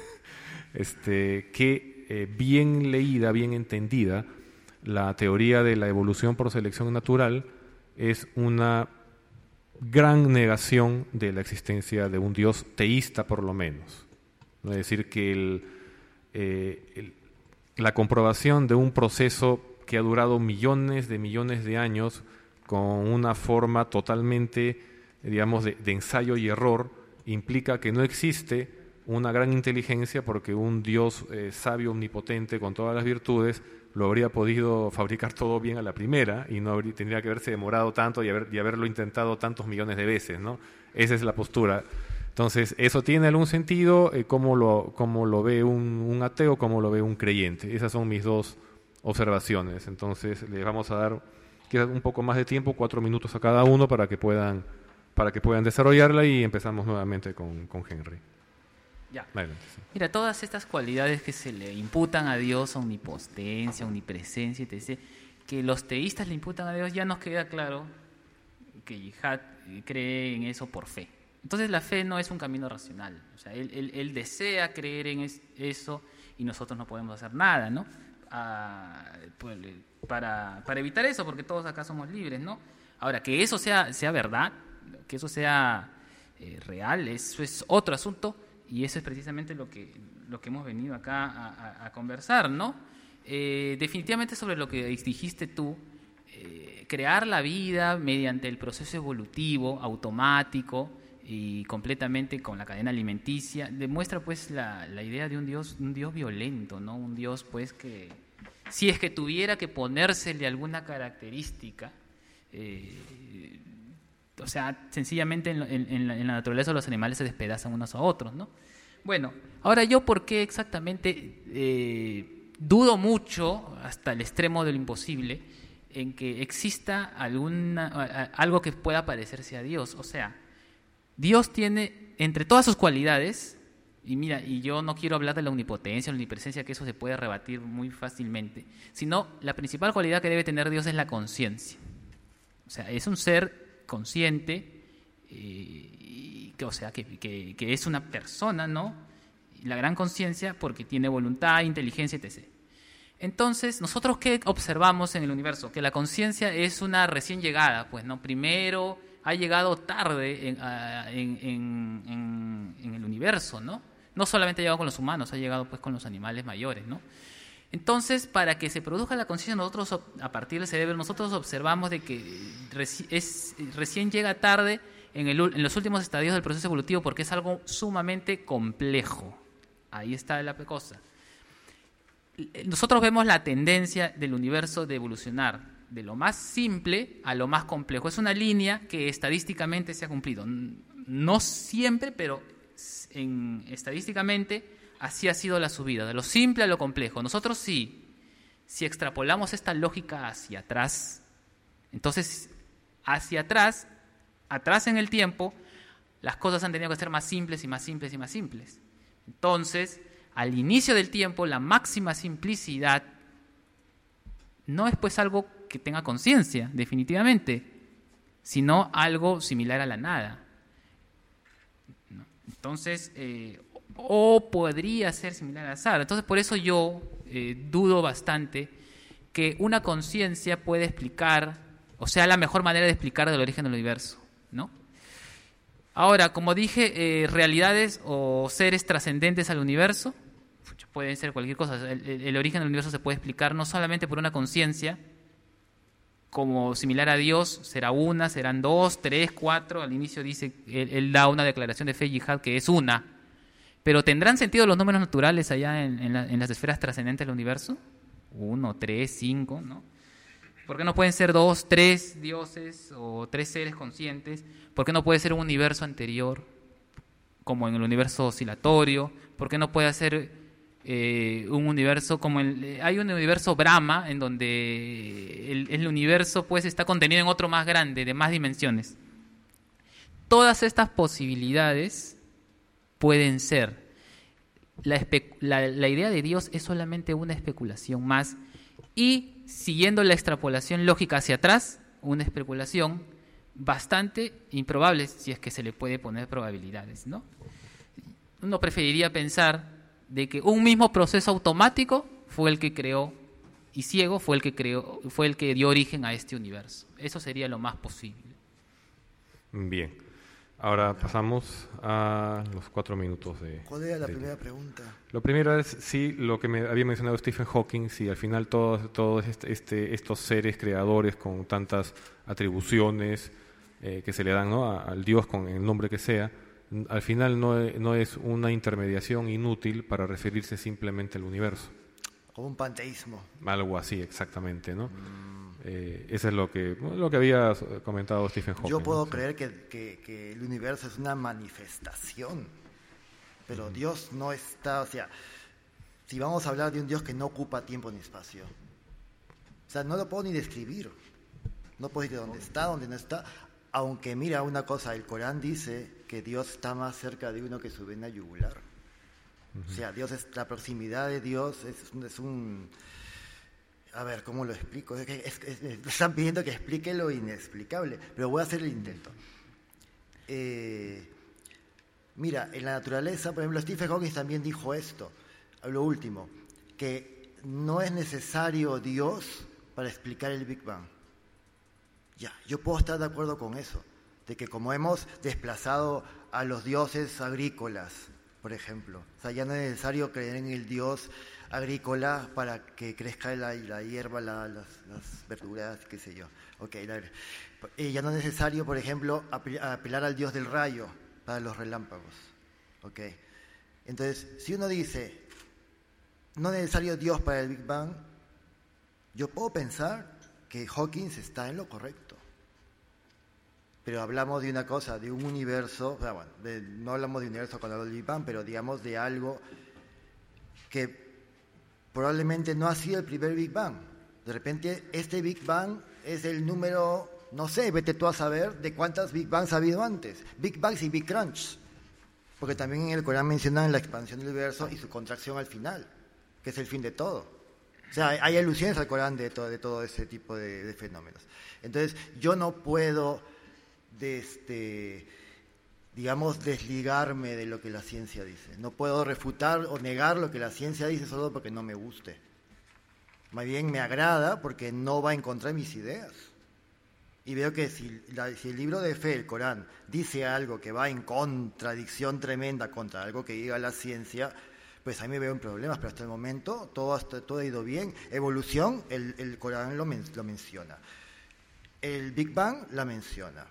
este, que eh, bien leída, bien entendida, la teoría de la evolución por selección natural es una gran negación de la existencia de un Dios teísta, por lo menos. ¿No? Es decir, que el, eh, el, la comprobación de un proceso que ha durado millones de millones de años con una forma totalmente, digamos, de, de ensayo y error, implica que no existe una gran inteligencia porque un Dios eh, sabio, omnipotente, con todas las virtudes, lo habría podido fabricar todo bien a la primera y no habría, tendría que haberse demorado tanto y, haber, y haberlo intentado tantos millones de veces, ¿no? Esa es la postura. Entonces, ¿eso tiene algún sentido? Eh, ¿Cómo lo, cómo lo ve un, un ateo? ¿Cómo lo ve un creyente? Esas son mis dos observaciones. Entonces, les vamos a dar quizás un poco más de tiempo, cuatro minutos a cada uno para que puedan, para que puedan desarrollarla y empezamos nuevamente con, con Henry. Ya. Adelante, sí. Mira, todas estas cualidades que se le imputan a Dios, omnipotencia, omnipresencia, etcétera, que los teístas le imputan a Dios, ya nos queda claro que Yihad cree en eso por fe. Entonces la fe no es un camino racional. O sea, él, él, él desea creer en es, eso y nosotros no podemos hacer nada, ¿no? Ah, pues, para, para evitar eso, porque todos acá somos libres, ¿no? Ahora, que eso sea, sea verdad, que eso sea eh, real, eso es otro asunto. Y eso es precisamente lo que, lo que hemos venido acá a, a, a conversar, ¿no? Eh, definitivamente sobre lo que dijiste tú, eh, crear la vida mediante el proceso evolutivo, automático y completamente con la cadena alimenticia, demuestra pues la, la idea de un Dios, un Dios violento, ¿no? Un Dios pues que, si es que tuviera que ponérsele alguna característica, eh, O sea, sencillamente en, en, en, la, en la naturaleza los animales se despedazan unos a otros, ¿no? Bueno, ahora yo por qué exactamente eh, dudo mucho, hasta el extremo de lo imposible, en que exista alguna, algo que pueda parecerse a Dios. O sea, Dios tiene, entre todas sus cualidades, y mira, y yo no quiero hablar de la omnipotencia o la omnipresencia, que eso se puede rebatir muy fácilmente, sino la principal cualidad que debe tener Dios es la conciencia. O sea, es un ser consciente, eh, y que, o sea, que, que, que es una persona, ¿no? Y la gran conciencia porque tiene voluntad, inteligencia, etcétera. Entonces, ¿nosotros qué observamos en el universo? Que la conciencia es una recién llegada, pues, ¿no? Primero ha llegado tarde en, en, en, en, en el universo, ¿no? No solamente ha llegado con los humanos, ha llegado pues con los animales mayores, ¿no? Entonces, para que se produzca la conciencia, nosotros, a partir del cerebro, nosotros observamos de que reci- es, recién llega tarde en, el, en los últimos estadios del proceso evolutivo porque es algo sumamente complejo. Ahí está la cosa. Nosotros vemos la tendencia del universo de evolucionar de lo más simple a lo más complejo. Es una línea que estadísticamente se ha cumplido. No siempre, pero en, estadísticamente así ha sido la subida, de lo simple a lo complejo. Nosotros sí, si extrapolamos esta lógica hacia atrás, entonces hacia atrás, atrás en el tiempo, las cosas han tenido que ser más simples y más simples y más simples. Entonces, al inicio del tiempo, la máxima simplicidad no es pues algo que tenga conciencia, definitivamente, sino algo similar a la nada. ¿No? Entonces, eh, o podría ser similar al azar. Entonces, por eso yo eh, dudo bastante que una conciencia pueda explicar, o sea, la mejor manera de explicar el origen del universo, ¿no? Ahora, como dije, eh, realidades o seres trascendentes al universo, pueden ser cualquier cosa. El, el, el origen del universo se puede explicar no solamente por una conciencia, como similar a Dios, será una, serán dos, tres, cuatro. Al inicio dice, él, él da una declaración de fe yihad que es una. Pero ¿tendrán sentido los números naturales allá en, en, la, en las esferas trascendentes del universo? Uno, tres, cinco, ¿no? ¿Por qué no pueden ser dos, tres dioses o tres seres conscientes? ¿Por qué no puede ser un universo anterior, como en el universo oscilatorio? ¿Por qué no puede ser eh, un universo como el... Hay un universo Brahma, en donde el, el universo pues está contenido en otro más grande, de más dimensiones. Todas estas posibilidades pueden ser. La, espe- la, la idea de Dios es solamente una especulación más, y siguiendo la extrapolación lógica hacia atrás, una especulación bastante improbable, si es que se le puede poner probabilidades, ¿no? Uno preferiría pensar de que un mismo proceso automático fue el que creó, y ciego fue el que creó, fue el que dio origen a este universo. Eso sería lo más posible. Bien. Ahora pasamos a los cuatro minutos de... ¿Cuál era la de, primera pregunta? Lo primero es si lo que me había mencionado Stephen Hawking, si al final todos, todos este, este, estos seres creadores con tantas atribuciones eh, que se le dan, ¿no?, a, al Dios con el nombre que sea, al final no, no es una intermediación inútil para referirse simplemente al universo. Como un panteísmo. Algo así, exactamente, ¿no? Mm. Eh, eso es lo que, lo que había comentado Stephen Hawking. Yo puedo ¿no? creer que, que, que el universo es una manifestación, pero mm. Dios no está, o sea, si vamos a hablar de un Dios que no ocupa tiempo ni espacio, o sea, no lo puedo ni describir, no puedo decir dónde está, dónde no está, aunque mira una cosa, el Corán dice que Dios está más cerca de uno que su vena yugular. Uh-huh. O sea, Dios es, la proximidad de Dios es, es un... A ver, ¿cómo lo explico? Es, es, es, me están pidiendo que explique lo inexplicable, pero voy a hacer el intento. Eh, mira, en la naturaleza, por ejemplo, Stephen Hawking también dijo esto, lo último, que no es necesario Dios para explicar el Big Bang. Ya, yo puedo estar de acuerdo con eso, de que como hemos desplazado a los dioses agrícolas, por ejemplo, o sea, ya no es necesario creer en el Dios agrícola para que crezca la, la hierba, la, las, las verduras, qué sé yo. Okay, la, eh, ya no es necesario, por ejemplo, apelar al Dios del rayo para los relámpagos. Okay. Entonces, si uno dice, no es necesario Dios para el Big Bang, yo puedo pensar que Hawking está en lo correcto. pero hablamos de una cosa, de un universo, o sea, bueno, de, no hablamos de universo con el Big Bang, pero digamos de algo que probablemente no ha sido el primer Big Bang. De repente este Big Bang es el número, no sé, vete tú a saber de cuántas Big Bangs ha habido antes. Big Bangs y Big Crunch. Porque también en el Corán mencionan la expansión del universo y su contracción al final, que es el fin de todo. O sea, hay alusiones al Corán de todo, de todo ese tipo de, de fenómenos. Entonces, yo no puedo, de este, digamos, desligarme de lo que la ciencia dice. No puedo refutar o negar lo que la ciencia dice solo porque no me guste. Más bien me agrada porque no va en contra de mis ideas. Y veo que si, la, si el libro de fe, el Corán, dice algo que va en contradicción tremenda contra algo que diga la ciencia, pues ahí me veo en problemas, pero hasta el momento todo, hasta, todo ha ido bien. Evolución, el, el Corán lo, men, lo menciona. El Big Bang la menciona.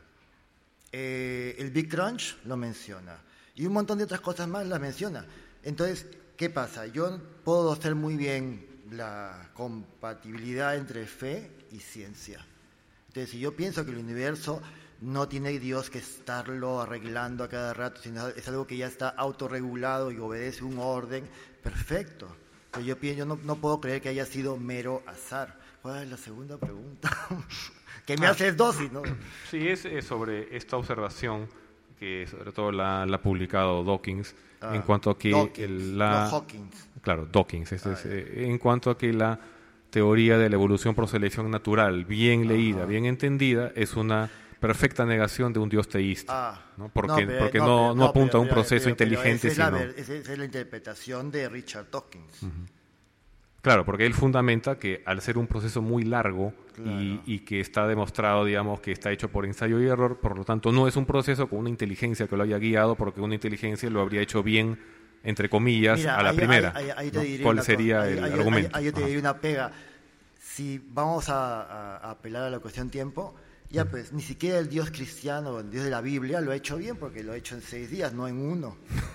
Eh, el Big Crunch lo menciona. Y un montón de otras cosas más las menciona. Entonces, ¿qué pasa? Yo puedo hacer muy bien la compatibilidad entre fe y ciencia. Entonces, si yo pienso que el universo no tiene Dios que estarlo arreglando a cada rato, sino es algo que ya está autorregulado y obedece un orden, perfecto. Pero yo, pienso, yo no, no puedo creer que haya sido mero azar. ¿Cuál es la segunda pregunta? que me ah, haces dosis, ¿no? Sí, es, es sobre esta observación que sobre todo la, la ha publicado Dawkins, ah, en cuanto a que Dawkins, el, la... no Hawkins. Claro, Dawkins, este ah, es, eh, en cuanto a que la teoría de la evolución por selección natural, bien leída, Ajá. bien entendida, es una perfecta negación de un Dios teísta, ah, ¿no? Porque no, pero, porque no, no, pero, no apunta pero, a un proceso pero, pero, inteligente, pero esa, sino... es la, esa es la interpretación de Richard Dawkins. Uh-huh. Claro, porque él fundamenta que al ser un proceso muy largo claro. y, y que está demostrado, digamos, que está hecho por ensayo y error, por lo tanto no es un proceso con una inteligencia que lo haya guiado, porque una inteligencia lo habría hecho bien, entre comillas, Mira, a la ahí, primera. Ahí, ahí, ahí te ¿no? diría ¿Cuál una sería cosa. el ahí, argumento? Ahí, ahí yo te Ajá. diría una pega. Si vamos a, a, a apelar a la cuestión tiempo, ya pues ni siquiera el Dios cristiano, el Dios de la Biblia, lo ha hecho bien, porque lo ha hecho en seis días, no en uno.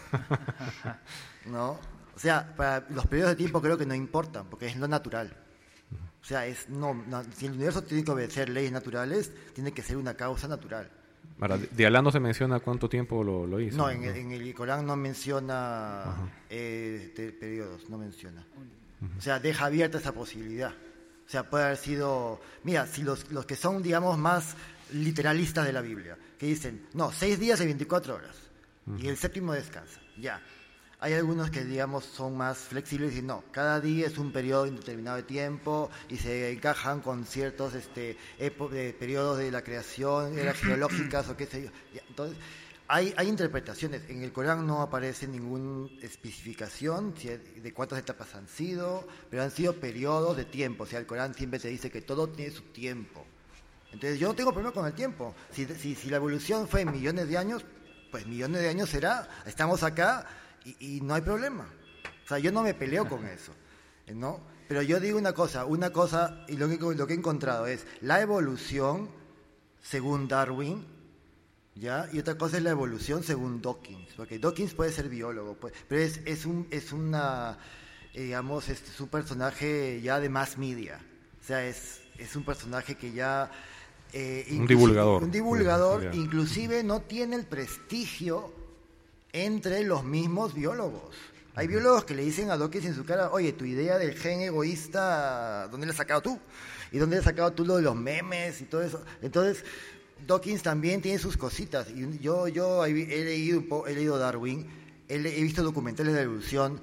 ¿No? O sea, para los periodos de tiempo creo que no importan, porque es lo natural. O sea, es no, no, si el universo tiene que obedecer leyes naturales, tiene que ser una causa natural. Ahora, de Alá no se menciona cuánto tiempo lo, lo hizo. No, en, ¿no? El, en el Corán no menciona eh, de, periodos, no menciona. Uh-huh. O sea, deja abierta esa posibilidad. O sea, puede haber sido... Mira, si los, los que son, digamos, más literalistas de la Biblia, que dicen, no, seis días y veinticuatro horas, uh-huh. y el séptimo descansa, ya. Hay algunos que, digamos, son más flexibles y dicen, no, cada día es un periodo indeterminado de tiempo y se encajan con ciertos este, epo- de periodos de la creación, eras geológicas o qué sé yo. Ya, entonces, hay, hay interpretaciones. En el Corán no aparece ninguna especificación de cuántas etapas han sido, pero han sido periodos de tiempo. O sea, el Corán siempre te dice que todo tiene su tiempo. Entonces, yo no tengo problema con el tiempo. Si, si, si la evolución fue en millones de años, pues millones de años será. Estamos acá... Y, y no hay problema. O sea, yo no me peleo con eso, ¿no? Pero yo digo una cosa, una cosa, y lo que, lo que he encontrado es la evolución según Darwin, ¿ya? Y otra cosa es la evolución según Dawkins, porque Dawkins puede ser biólogo, pues, pero es, es, un, es una, eh, digamos, es, es un personaje ya de mass media. O sea, es, es un personaje que ya... Eh, un divulgador. Un divulgador, sí, inclusive no tiene el prestigio entre los mismos biólogos. Hay biólogos que le dicen a Dawkins en su cara, oye, tu idea del gen egoísta, ¿dónde la has sacado tú? ¿Y dónde has sacado tú lo de los memes y todo eso? Entonces, Dawkins también tiene sus cositas. Y yo, yo he, he, leído, un poco, he leído Darwin, he, he visto documentales de la evolución,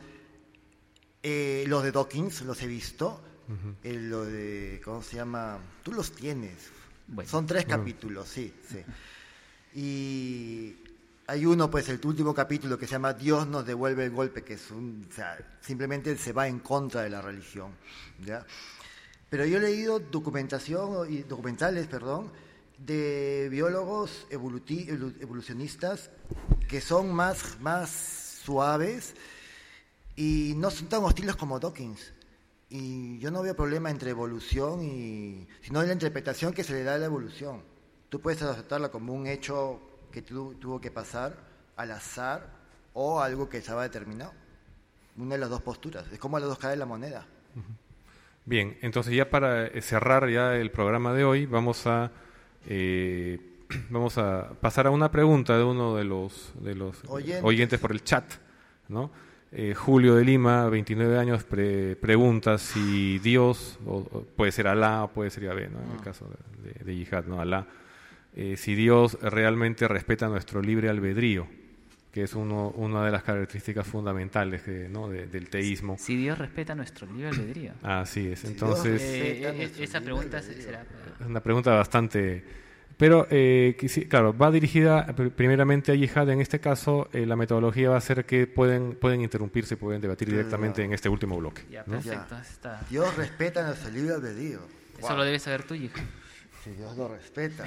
eh, los de Dawkins los he visto, uh-huh. eh, lo de, ¿cómo se llama? Tú los tienes. Bueno. Son tres uh-huh. capítulos, sí, sí. Y... Hay uno, pues, el último capítulo que se llama Dios nos devuelve el golpe, que es un, o sea, simplemente se va en contra de la religión, ¿ya? Pero yo he leído documentación y documentales, perdón, de biólogos evoluti- evolucionistas que son más, más suaves y no son tan hostiles como Dawkins. Y yo no veo problema entre evolución y, sino en la interpretación que se le da a la evolución. Tú puedes aceptarla como un hecho que tu, tuvo que pasar al azar o algo que estaba determinado. Una de las dos posturas. Es como las dos caras de la moneda. Bien, entonces ya para cerrar ya el programa de hoy, vamos a eh, vamos a pasar a una pregunta de uno de los, de los oyentes. oyentes por el chat, ¿no? Eh, Julio de Lima, veintinueve años, pre pregunta si Dios, o, o puede ser Alá, puede ser Yahvé, ¿no? En el caso de, de Yihad, ¿no? Alá, eh, si Dios realmente respeta nuestro libre albedrío, que es uno, una de las características fundamentales de, ¿no? de, del teísmo. Si Dios respeta nuestro libre albedrío. Así es, entonces... Eh, eh, esa pregunta será... Es una pregunta bastante... Pero, eh, que sí, claro, va dirigida primeramente a Yihad. En este caso, eh, la metodología va a ser que pueden, pueden interrumpirse, pueden debatir directamente Claro. en este último bloque. Ya, ¿no? perfecto. Está. Dios respeta nuestro libre albedrío. Eso Wow. lo debes saber tú, hija. Si Dios lo respeta.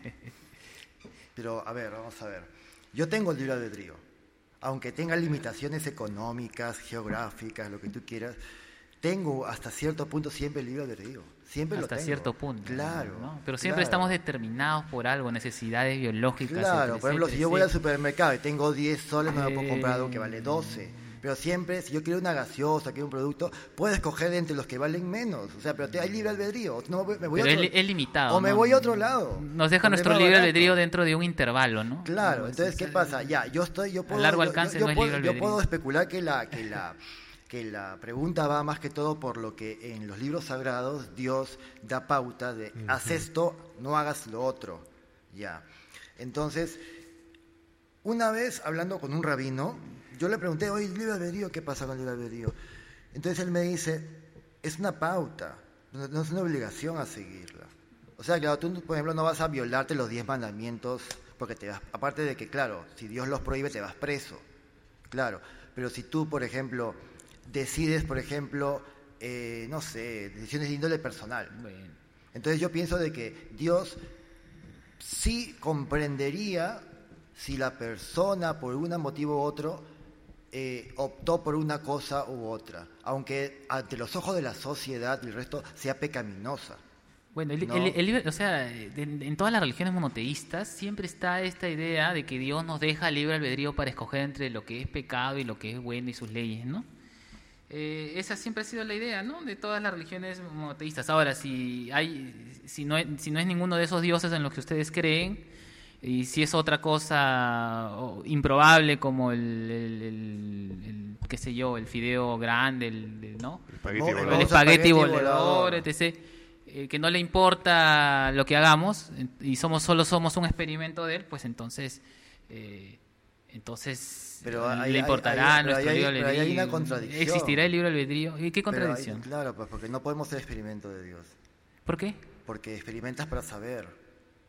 Pero, a ver, vamos a ver. Yo tengo libre albedrío. Aunque tenga limitaciones económicas, geográficas, lo que tú quieras, tengo hasta cierto punto siempre libre albedrío. Siempre Hasta lo tengo. cierto punto. Claro. ¿no? Pero siempre claro. estamos determinados por algo, necesidades biológicas. Claro, etcétera, por ejemplo, si yo etcétera, voy al etcétera. supermercado y tengo diez soles, no me puedo comprar algo que Eh. vale doce. Pero siempre, si yo quiero una gaseosa, quiero un producto, puedo escoger de entre los que valen menos. O sea, pero te, hay libre albedrío. No, me voy Pero a otro, es, li- es limitado. o me ¿no? voy a otro lado. Nos deja donde nuestro es más libre barato. albedrío dentro de un intervalo, ¿no? Claro, No, entonces, es- ¿qué pasa? Ya, yo estoy, yo puedo, largo yo- alcance yo, no es puedo, libre yo albedrío. puedo especular que la, que la, que la pregunta va más que todo por lo que en los libros sagrados Dios da pauta de Ujú. haz esto, no hagas lo otro, ya. Entonces, una vez hablando con un rabino, yo le pregunté, oye, libre albedrío, ¿qué pasa con el libre albedrío? Entonces él me dice, es una pauta, no, no es una obligación a seguirla. O sea, claro, tú, por ejemplo, no vas a violarte los diez mandamientos, porque te vas, aparte de que, claro, si Dios los prohíbe, te vas preso, claro. Pero si tú, por ejemplo, decides, por ejemplo, eh, no sé, decisiones de índole personal, Bueno, entonces yo pienso de que Dios sí comprendería si la persona, por un motivo u otro, eh, optó por una cosa u otra, aunque ante los ojos de la sociedad y el resto sea pecaminosa. Bueno, el, ¿no? el- el libre- o sea, en, en todas las religiones monoteístas siempre está esta idea de que Dios nos deja libre albedrío para escoger entre lo que es pecado y lo que es bueno y sus leyes, ¿no? Eh, esa siempre ha sido la idea, ¿no? De todas las religiones monoteístas. Ahora, si hay, si no, es- si no es ninguno de esos dioses en los que ustedes creen, y si es otra cosa o, improbable como el, el- el- el, qué sé yo, el fideo grande, el, el- ¿no? El espagueti El el volador. espagueti espagueti volador, volador. etcétera, eh, que no le importa lo que hagamos en- y somos solo somos un experimento de él, pues entonces eh, entonces Pero eh, hay- le hay- importará hay- pero nuestro hay- libre pero ahí hay albedrío. una contradicción. ¿Existirá el libre albedrío? ¿Y qué Pero hay- contradicción? claro, pues porque no podemos ser experimento de Dios, ¿Por qué? porque experimentas para saber.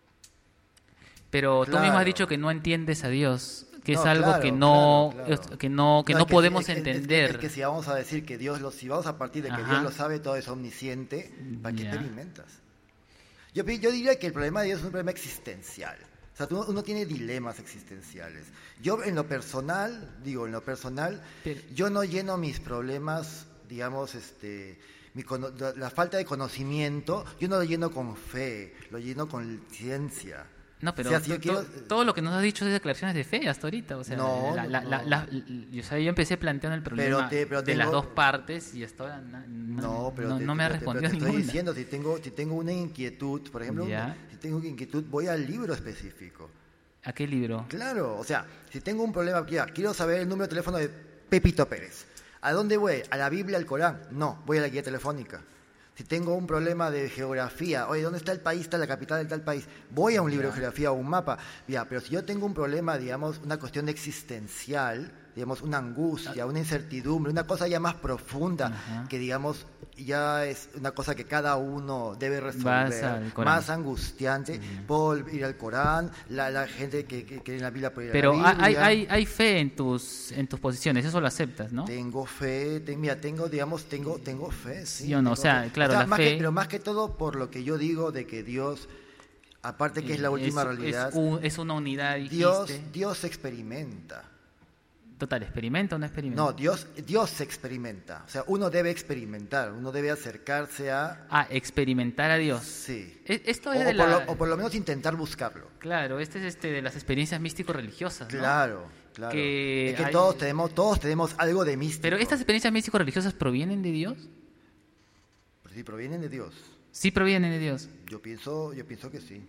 Pero tú mismo has Claro. dicho que no entiendes a Dios, que es No, algo claro, que no claro, claro. que no que no, es que- podemos es que- es que- entender. Es que, si vamos a decir que Dios lo, si vamos a partir de que Ajá. Dios lo sabe, todo es omnisciente, ¿para qué Ya. experimentas? Yo, pi- yo diría que el problema de Dios es un problema existencial. O sea, tú- uno tiene dilemas existenciales. Yo en lo personal, digo, en lo personal, Pero- yo no lleno mis problemas, digamos, este, mi cono- la, la falta de conocimiento, yo no lo lleno con fe, lo lleno con ciencia. No, pero O sea, si yo to- quiero- to- todo lo que nos has dicho es declaraciones de fe hasta ahorita. O sea, No, la- la- no. la- la- y, o sea, yo empecé planteando el problema te- pero de las tengo- dos partes y hasta ahora na- na- No, pero no, te, no me ha pero te- pero respondido te estoy ninguna. diciendo, si tengo, si tengo una inquietud, por ejemplo, Ya. una- si tengo una inquietud, voy al libro específico. ¿A qué libro? Claro, o sea, si tengo un problema, ya, quiero saber el número de teléfono de Pepito Pérez. ¿A dónde voy? ¿A la Biblia, al Corán? No, voy a la guía telefónica. Si tengo un problema de geografía, oye, ¿dónde está el país? Está la capital del tal país. Voy a un libro de geografía o un mapa. Ya, pero si yo tengo un problema, digamos, una cuestión existencial, digamos, una angustia, una incertidumbre, una cosa ya más profunda, Ajá. que digamos, ya es una cosa que cada uno debe Vas resolver, al Corán. más angustiante, puedo ir al Corán, la, la gente que, que, que en la Biblia puede ir Pero a la hay, Biblia. hay, hay fe en tus en tus posiciones, eso lo aceptas, ¿no? Tengo fe, te- mira, tengo, digamos, tengo, tengo fe, sí. Sí o no, tengo o sea, fe. claro, la más fe- que- pero más que todo por lo que yo digo de que Dios, aparte que es la última es, realidad, Es, un- es una unidad, dijiste. Dios, Dios experimenta. Total, ¿experimenta o no experimenta? No, Dios, Dios se experimenta. O sea, uno debe experimentar, uno debe acercarse a... Ah, experimentar a Dios. Sí. E- Esto O, es o de por la... lo, o por lo menos intentar buscarlo. Claro, este es este de las experiencias místico-religiosas, ¿no? Claro, claro. Que es que hay- todos tenemos, todos tenemos algo de místico. Pero estas experiencias místico-religiosas provienen de Dios. Pues sí, provienen de Dios. Sí provienen de Dios. Yo pienso, yo pienso que sí.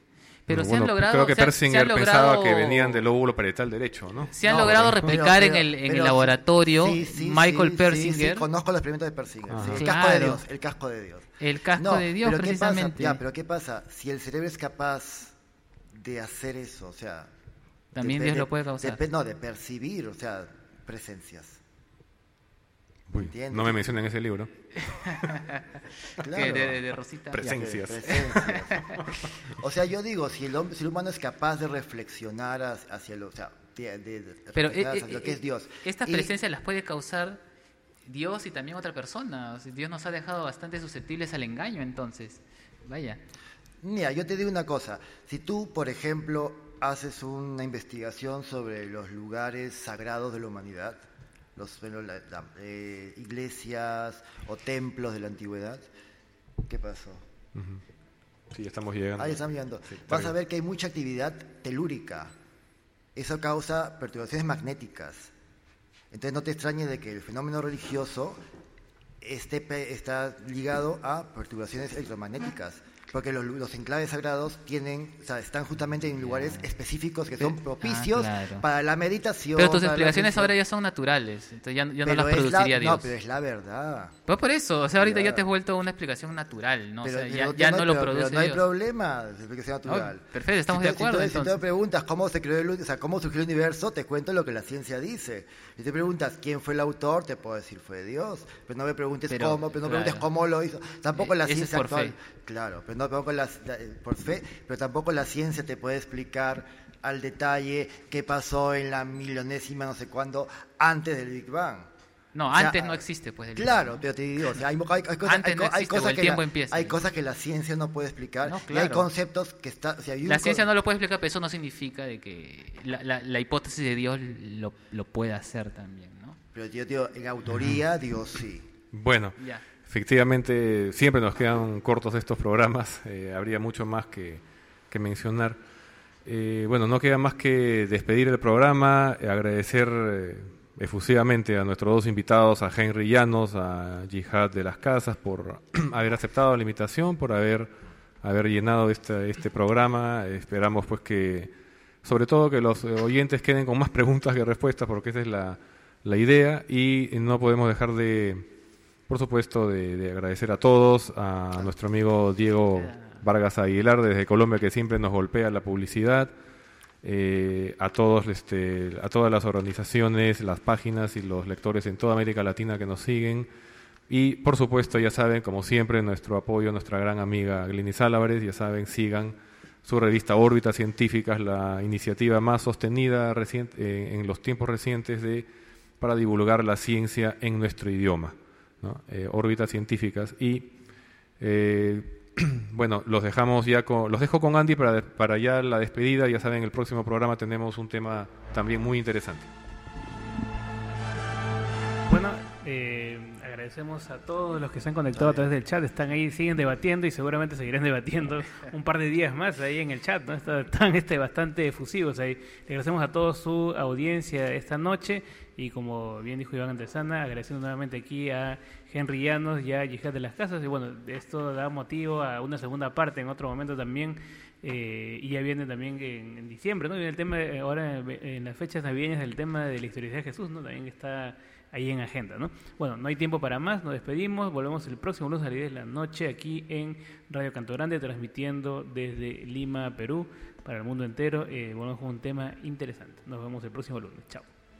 Pero bueno, se han logrado... Creo que se han- Persinger se han pensaba logrado- que venían del lóbulo parietal derecho, ¿no? Se han No, logrado pero- replicar pero- en el, en pero- el laboratorio sí, sí, Michael sí, Persinger. Sí, sí, conozco los experimentos de Persinger. Ajá. Sí, el Claro. casco de Dios, el casco de Dios. El casco No, de Dios, pero ¿qué pasa? precisamente. Ya, pero ¿qué pasa? Si el cerebro es capaz de hacer eso, o sea... También de- Dios de- lo puede causar. de- no, de percibir, o sea, presencias. Uy, ¿Entiendes? no me mencionen ese libro. Claro. Que de, de Rosita. Presencias. Presencias. O sea, yo digo, si el, hombre, si el humano es capaz de reflexionar hacia, hacia lo, o sea, de, de- de Pero reflexionar eh, hacia eh, lo que es Dios. Estas Y- presencias las puede causar Dios y también otra persona. O sea, Dios nos ha dejado bastante susceptibles al engaño, entonces. Vaya. Mira, yo te digo una cosa. Si tú, por ejemplo, haces una investigación sobre los lugares sagrados de la humanidad, los bueno, la- la- eh, iglesias o templos de la antigüedad, ¿qué pasó? Ujú. Sí, estamos llegando. Ahí estamos llegando. Sí, está Vas a bien. ver que hay mucha actividad telúrica. Eso causa perturbaciones magnéticas. Entonces no te extrañes de que el fenómeno religioso esté pe- está ligado a perturbaciones electromagnéticas. Porque los, los enclaves sagrados tienen, o sea, están justamente en lugares específicos que son propicios Ah, claro. para la meditación. Pero tus para la explicaciones atención. ahora ya son naturales. Entonces ya, ya no Pero las es la- produciría Dios. No, pero es la verdad. Pues por eso, o sea, ahorita ya Claro. te has vuelto una explicación natural, ¿no? Pero, o sea, pero ya, que ya no, hay- lo pero- produce pero no hay Dios. problema de explicación natural. No, perfecto, estamos si de te- si acuerdo, te- Si tú entonces. me preguntas cómo se creó el, uni- o sea, cómo surgió el universo, te cuento lo que la ciencia dice. Si te preguntas quién fue el autor, te puedo decir fue Dios. Pero no me preguntes Pero, cómo, pero no me claro. preguntes cómo lo hizo. Tampoco Eh, la eso es ciencia por actual. fe. Claro, pero no tampoco la, la- por fe, pero tampoco la ciencia te puede explicar al detalle qué pasó en la milionésima no sé cuándo antes del Big Bang. No, O sea, antes no existe, pues. del Claro, Big pero Bang. te digo, o sea, hay, hay- hay cosas, Antes hay, no co- hay existe, o cosas el que tiempo la, empieza. hay cosas que la ciencia no puede explicar No, y hay claro. conceptos que está, o sea, hay un La co- ciencia no lo puede explicar, pero eso no significa de que la, la, la hipótesis de Dios lo, lo pueda hacer también, ¿no? Pero yo digo, en autoría, digo sí. Bueno, Ya. efectivamente siempre nos quedan cortos estos programas, eh, habría mucho más que, que mencionar. Eh, bueno, no queda más que despedir el programa, eh, agradecer eh, efusivamente a nuestros dos invitados, a Henry Llanos, a Yihad de las Casas, por haber aceptado la invitación, por haber, haber llenado este, este programa. Esperamos pues que, sobre todo, que los oyentes queden con más preguntas que respuestas, porque esa es la, la idea, y no podemos dejar de, por supuesto, de, de agradecer a todos, a nuestro amigo Diego Vargas Aguilar desde Colombia, que siempre nos golpea la publicidad, eh, a todos, este, a todas las organizaciones, las páginas y los lectores en toda América Latina que nos siguen, y por supuesto, ya saben, como siempre, nuestro apoyo a nuestra gran amiga Glynis Álvarez. Ya saben, sigan su revista Órbitas Científicas, la iniciativa más sostenida reciente, eh, en los tiempos recientes de para divulgar la ciencia en nuestro idioma, ¿no? Eh, Órbitas Científicas. Y eh, bueno, los dejamos ya con, los dejo con Andy para, para ya la despedida. Ya saben, el próximo programa tenemos un tema también muy interesante. Bueno, eh, agradecemos a todos los que se han conectado a través del chat. Están ahí, siguen debatiendo y seguramente seguirán debatiendo un par de días más ahí en el chat, ¿no? Están este, bastante efusivos ahí. Le agradecemos a todos su audiencia esta noche y, como bien dijo Iván Antesana, agradeciendo nuevamente aquí a Henry Llanos y a Yihad de las Casas. Y bueno, esto da motivo a una segunda parte en otro momento también. Eh, y ya viene también en, en diciembre, ¿no? Viene el tema, eh, ahora en, en las fechas navideñas, el tema de la historicidad de Jesús, ¿no? También está ahí en agenda, ¿no? Bueno, no hay tiempo para más, nos despedimos, volvemos el próximo lunes a las diez de la noche aquí en Radio Canto Grande, transmitiendo desde Lima, Perú, para el mundo entero. Eh, volvemos con un tema interesante. Nos vemos el próximo lunes. Chao.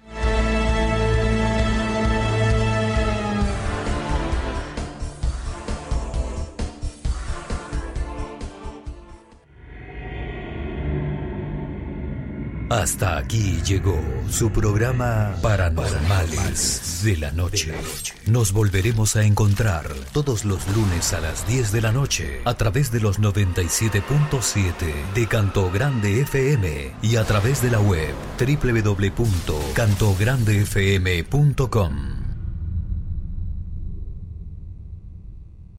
Hasta aquí llegó su programa Paranormales de la Noche. Nos volveremos a encontrar todos los lunes a las diez de la noche a través de los noventa y siete punto siete de Canto Grande F M y a través de la web doble u doble u doble u punto canto grande f m punto com.